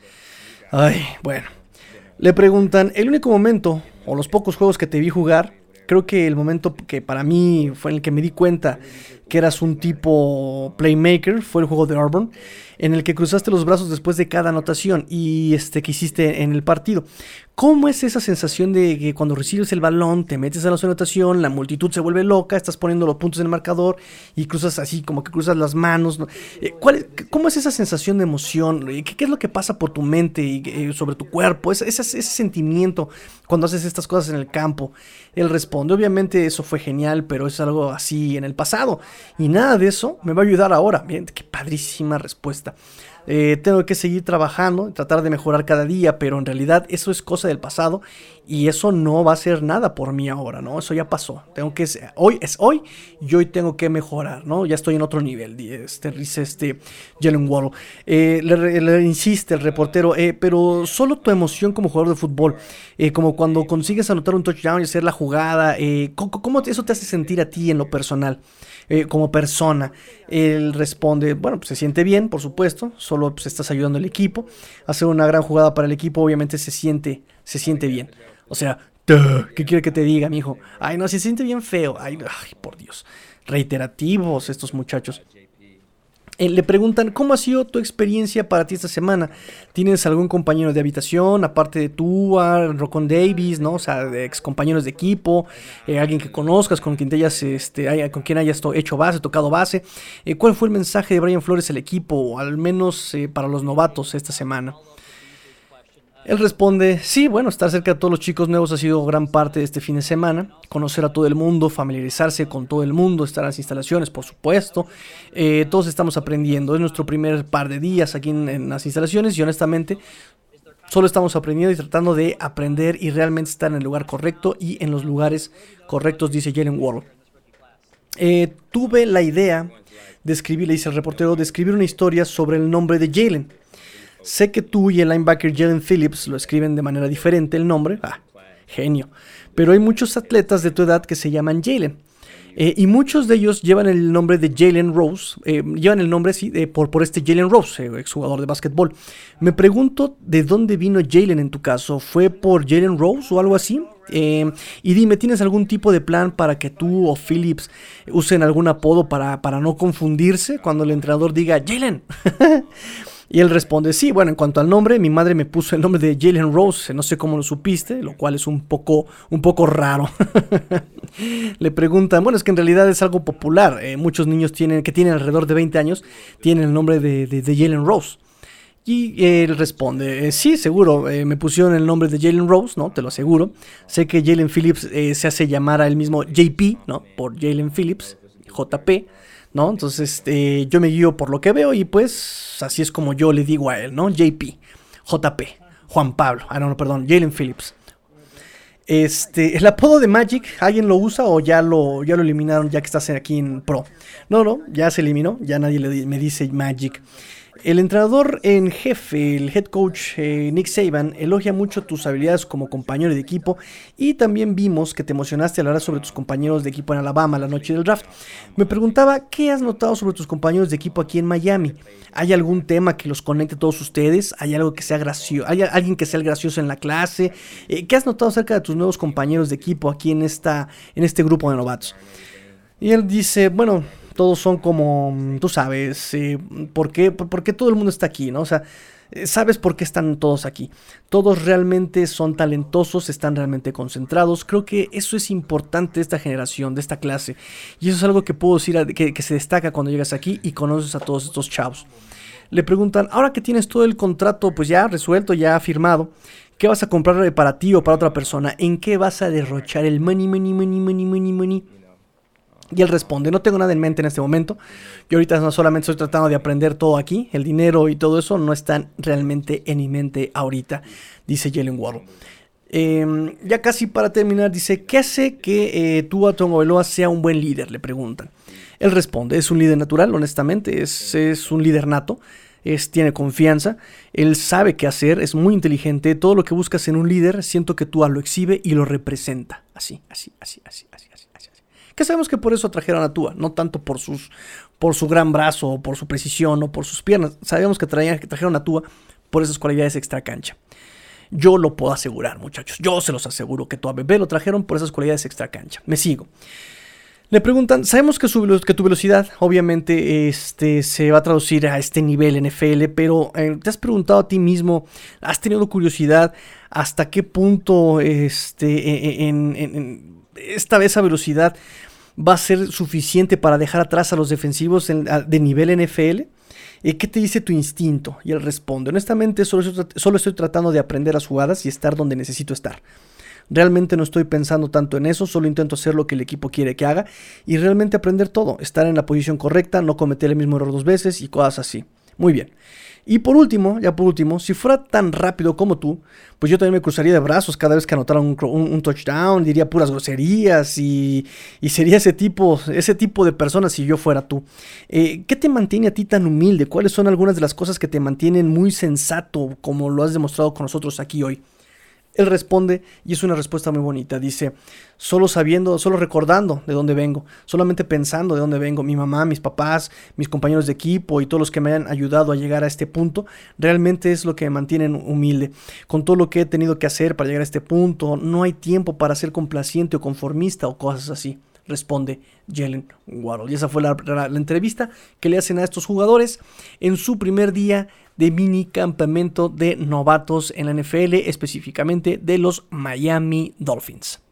S1: Ay, bueno. Le preguntan, el único momento, o los pocos juegos que te vi jugar, creo que el momento que para mí fue en el que me di cuenta que eras un tipo playmaker fue el juego de Auburn, en el que cruzaste los brazos después de cada anotación y este que hiciste en el partido. ¿Cómo es esa sensación de que cuando recibes el balón, te metes a la anotación, la multitud se vuelve loca, estás poniendo los puntos en el marcador y cruzas así, como que cruzas las manos, ¿no? Eh, ¿cuál es, ¿Cómo es esa sensación de emoción? ¿Qué, qué es lo que pasa por tu mente y eh, sobre tu cuerpo? Ese, ese, ese sentimiento cuando haces estas cosas en el campo. Él responde, obviamente eso fue genial, pero es algo así en el pasado. Y nada de eso me va a ayudar ahora. Bien, qué padrísima respuesta. Eh, tengo que seguir trabajando, tratar de mejorar cada día, pero en realidad eso es cosa del pasado y eso no va a ser nada por mí ahora, ¿no? Eso ya pasó. Tengo que hoy es hoy y hoy tengo que mejorar, ¿no? Ya estoy en otro nivel. Este dice este Jalen Waddle. Eh, le, le insiste el reportero, eh, pero solo tu emoción como jugador de fútbol, eh, como cuando consigues anotar un touchdown y hacer la jugada, eh, ¿cómo, ¿cómo eso te hace sentir a ti en lo personal? Eh, como persona. Él responde, bueno, pues se siente bien, por supuesto, solo pues estás ayudando al equipo, hacer una gran jugada para el equipo, obviamente se siente, se siente bien. O sea, ¿qué quiere que te diga, mijo? Ay, no, se siente bien feo. Ay, ay, por Dios. Reiterativos estos muchachos. Eh, le preguntan, ¿cómo ha sido tu experiencia para ti esta semana? ¿Tienes algún compañero de habitación, aparte de tú, Rocon Davis, ¿no? O sea, de ex compañeros de equipo, eh, alguien que conozcas, con quien te hayas, este, con quien hayas to- hecho base, tocado base. Eh, ¿Cuál fue el mensaje de Brian Flores al equipo, al menos eh, para los novatos esta semana? Él responde, sí, bueno, estar cerca de todos los chicos nuevos ha sido gran parte de este fin de semana, conocer a todo el mundo, familiarizarse con todo el mundo, estar en las instalaciones, por supuesto, eh, todos estamos aprendiendo, es nuestro primer par de días aquí en, en las instalaciones y honestamente solo estamos aprendiendo y tratando de aprender y realmente estar en el lugar correcto y en los lugares correctos, dice Jalen Waddle. Eh, tuve la idea de escribir, le dice el reportero, de escribir una historia sobre el nombre de Jalen. Sé que tú y el linebacker Jalen Phillips lo escriben de manera diferente el nombre. Ah, genio. Pero hay muchos atletas de tu edad que se llaman Jalen. Eh, y muchos de ellos llevan el nombre de Jalen Rose, eh, llevan el nombre, sí, eh, por, por este Jalen Rose, eh, exjugador de básquetbol. Me pregunto de dónde vino Jalen en tu caso. ¿Fue por Jalen Rose o algo así? Eh, y dime, ¿tienes algún tipo de plan para que tú o Phillips usen algún apodo para, para no confundirse cuando el entrenador diga Jalen? Y él responde, sí, bueno, en cuanto al nombre, mi madre me puso el nombre de Jalen Rose, no sé cómo lo supiste, lo cual es un poco, un poco raro. Le preguntan, bueno, es que en realidad es algo popular, eh, muchos niños tienen, que tienen alrededor de veinte años tienen el nombre de, de, de Jalen Rose. Y él responde, eh, sí, seguro, eh, me pusieron el nombre de Jalen Rose, ¿no? Te lo aseguro. Sé que Jalen Phillips eh, se hace llamar a él mismo J P, ¿no? Por Jalen Phillips, J P, ¿no? Entonces eh, yo me guío por lo que veo y pues así es como yo le digo a él, ¿no? J P, J P, Juan Pablo, ah no, no, perdón, Jalen Phillips. Este, el apodo de Magic, ¿alguien lo usa o ya lo, ya lo eliminaron ya que estás aquí en Pro? No, no, ya se eliminó, ya nadie le, me dice Magic. El entrenador en jefe, el head coach eh, Nick Saban, elogia mucho tus habilidades como compañero de equipo y también vimos que te emocionaste al hablar sobre tus compañeros de equipo en Alabama la noche del draft. Me preguntaba, ¿qué has notado sobre tus compañeros de equipo aquí en Miami? ¿Hay algún tema que los conecte a todos ustedes? ¿Hay algo que sea gracioso? ¿Hay alguien que sea el gracioso en la clase? Eh, ¿Qué has notado acerca de tus nuevos compañeros de equipo aquí en, esta, en este grupo de novatos? Y él dice, bueno, todos son como, tú sabes, eh, ¿por qué? Porque todo el mundo está aquí, ¿no? O sea, eh, sabes por qué están todos aquí. Todos realmente son talentosos, están realmente concentrados. Creo que eso es importante de esta generación, de esta clase. Y eso es algo que puedo decir, a, que, que se destaca cuando llegas aquí y conoces a todos estos chavos. Le preguntan, ahora que tienes todo el contrato pues ya resuelto, ya firmado, ¿qué vas a comprar para ti o para otra persona? ¿En qué vas a derrochar el money, money, money, money, money, money? Y él responde, no tengo nada en mente en este momento. Yo ahorita no solamente estoy tratando de aprender todo aquí, el dinero y todo eso no están realmente en mi mente ahorita, dice Jalen Waddle. Eh, ya casi para terminar, dice, ¿qué hace que eh, Tua Tagovailoa sea un buen líder? Le preguntan. Él responde, es un líder natural, honestamente, es, es un líder nato. Es, tiene confianza, él sabe qué hacer, es muy inteligente. Todo lo que buscas en un líder, siento que Tua lo exhibe y lo representa. Así, así, así, así, así, así, así. Que sabemos que por eso trajeron a Tua, no tanto por sus, por su gran brazo, o por su precisión, o por sus piernas. Sabemos que, traían, que trajeron a Tua por esas cualidades extra cancha. Yo lo puedo asegurar, muchachos. Yo se los aseguro que Tua Bebé lo trajeron por esas cualidades extra cancha. Me sigo. Le preguntan, sabemos que, su, que tu velocidad obviamente este, se va a traducir a este nivel N F L, pero eh, ¿te has preguntado a ti mismo, has tenido curiosidad hasta qué punto este, en, en, en esta vez esa velocidad va a ser suficiente para dejar atrás a los defensivos en, a, de nivel N F L? Eh, ¿Qué te dice tu instinto? Y él responde, honestamente solo, solo estoy tratando de aprender las jugadas y estar donde necesito estar. Realmente no estoy pensando tanto en eso, solo intento hacer lo que el equipo quiere que haga y realmente aprender todo, estar en la posición correcta, no cometer el mismo error dos veces y cosas así. Muy bien. Y por último, ya por último, si fuera tan rápido como tú, pues yo también me cruzaría de brazos cada vez que anotara un, un, un touchdown, diría puras groserías y, y sería ese tipo, ese tipo de persona si yo fuera tú. Eh, ¿Qué te mantiene a ti tan humilde? ¿Cuáles son algunas de las cosas que te mantienen muy sensato como lo has demostrado con nosotros aquí hoy? Él responde, y es una respuesta muy bonita, dice, solo sabiendo, solo recordando de dónde vengo, solamente pensando de dónde vengo, mi mamá, mis papás, mis compañeros de equipo y todos los que me han ayudado a llegar a este punto, realmente es lo que me mantiene humilde. Con todo lo que he tenido que hacer para llegar a este punto, no hay tiempo para ser complaciente o conformista o cosas así, responde Jalen Waddle. Y esa fue la, la, la entrevista que le hacen a estos jugadores en su primer día de mini campamento de novatos en la N F L, específicamente de los Miami Dolphins.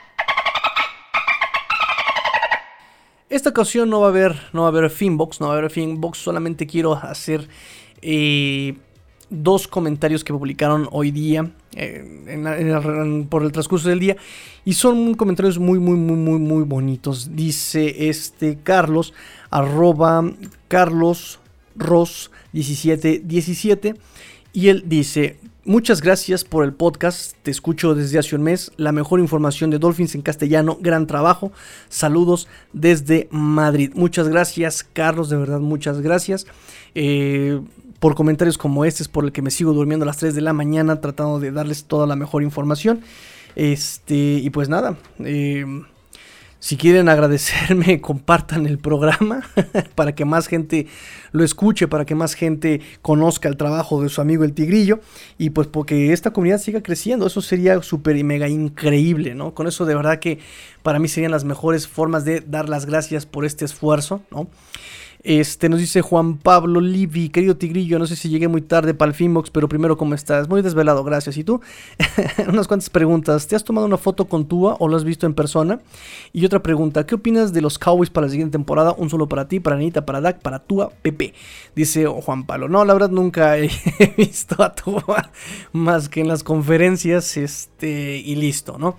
S1: Esta ocasión no va a haber, no va a haber Finbox, no va a haber Finbox, solamente quiero hacer eh, dos comentarios que publicaron hoy día, eh, en, en, en, por el transcurso del día, y son comentarios muy, muy, muy, muy, muy bonitos. Dice este Carlos, arroba Carlos Ross diecisiete diecisiete, y él dice, muchas gracias por el podcast, te escucho desde hace un mes, la mejor información de Dolphins en castellano, gran trabajo, saludos desde Madrid. Muchas gracias, Carlos, de verdad muchas gracias eh, por comentarios como este, es por el que me sigo durmiendo a las tres de la mañana tratando de darles toda la mejor información. Este, y pues nada, eh, Si quieren agradecerme, compartan el programa para que más gente lo escuche, para que más gente conozca el trabajo de su amigo el Tigrillo y pues porque esta comunidad siga creciendo. Eso sería súper y mega increíble, ¿no? Con eso de verdad que para mí serían las mejores formas de dar las gracias por este esfuerzo, ¿no? Este, nos dice Juan Pablo Livi, querido Tigrillo, no sé si llegué muy tarde para el Finbox, pero primero, ¿cómo estás? Muy desvelado, gracias. ¿Y tú? Unas cuantas preguntas. ¿Te has tomado una foto con Tua o lo has visto en persona? Y otra pregunta, ¿qué opinas de los Cowboys para la siguiente temporada? Un solo para ti, para Anita, para Dak, para Tua, Pepe. Dice Juan Pablo. No, la verdad nunca he visto a Tua más que en las conferencias, este, y listo, ¿no?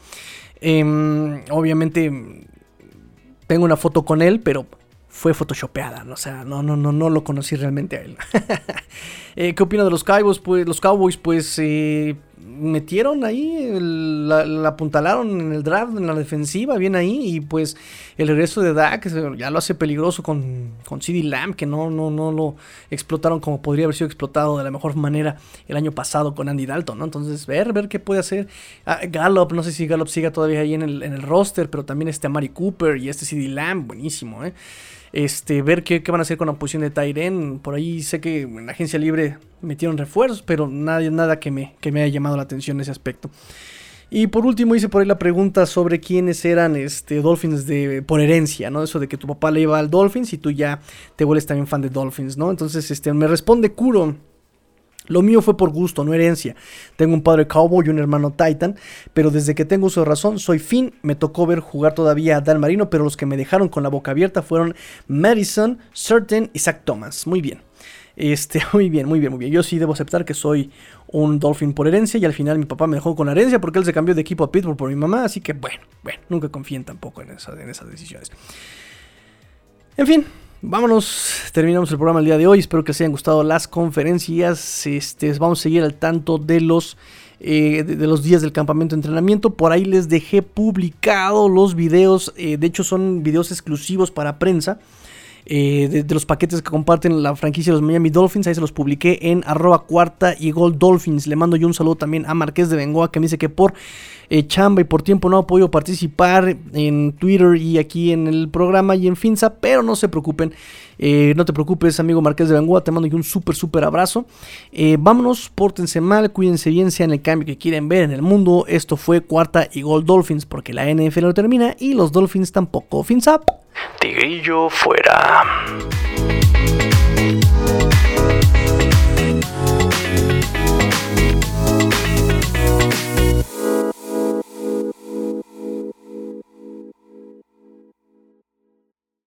S1: Eh, obviamente tengo una foto con él, pero fue photoshopeada, ¿no? O sea, no, no, no, no lo conocí realmente a él. eh, ¿Qué opina de los Cowboys? Pues los Cowboys, pues, eh, metieron ahí, el, la, la apuntalaron en el draft, en la defensiva, bien ahí, y pues el regreso de Dak ya lo hace peligroso con, con CeeDee Lamb, que no, no, no lo explotaron como podría haber sido explotado de la mejor manera el año pasado con Andy Dalton, ¿no? Entonces, ver, ver qué puede hacer. Ah, Gallup, no sé si Gallup siga todavía ahí en el, en el roster, pero también este Amari Cooper y este CeeDee Lamb, buenísimo, ¿eh? Este, ver qué, qué van a hacer con la posición de tight end. Por ahí sé que en la agencia libre metieron refuerzos, pero nada, nada que, me, que me haya llamado la atención en ese aspecto. Y por último hice por ahí la pregunta sobre quiénes eran este, Dolphins de, por herencia, ¿no? Eso de que tu papá le iba al Dolphins y tú ya te vuelves también fan de Dolphins, ¿no? Entonces este, me responde Kuro. Lo mío fue por gusto, no herencia. Tengo un padre Cowboy y un hermano Titan, pero desde que tengo uso de razón soy Finn. Me tocó ver jugar todavía a Dan Marino, pero los que me dejaron con la boca abierta fueron Madison, Surtain y Zach Thomas. Muy bien. Este, muy bien, muy bien, muy bien. Yo sí debo aceptar que soy un Dolphin por herencia y al final mi papá me dejó con la herencia porque él se cambió de equipo a Pittsburgh por mi mamá, así que bueno, bueno, nunca confíen tampoco en, esa, en esas decisiones. En fin. Vámonos, terminamos el programa el día de hoy. Espero que les hayan gustado las conferencias. Este, vamos a seguir al tanto de los, eh, de, de los días del campamento de entrenamiento. Por ahí les dejé publicados los videos. Eh, de hecho, son videos exclusivos para prensa. Eh, de, de los paquetes que comparten la franquicia de los Miami Dolphins. Ahí se los publiqué en arroba cuarta y gol Dolphins. Le mando yo un saludo también a Marqués de Bengoa, que me dice que por eh, chamba y por tiempo no ha podido participar en Twitter y aquí en el programa y en Finza, pero no se preocupen. Eh, no te preocupes, amigo Marqués de Bengoa, te mando yo un súper súper abrazo. Eh, vámonos, pórtense mal, cuídense bien, sean el cambio que quieren ver en el mundo. Esto fue Cuarta y Gol Dolphins, porque la N F L no termina y los Dolphins tampoco. Fins up.
S3: Tigrillo fuera.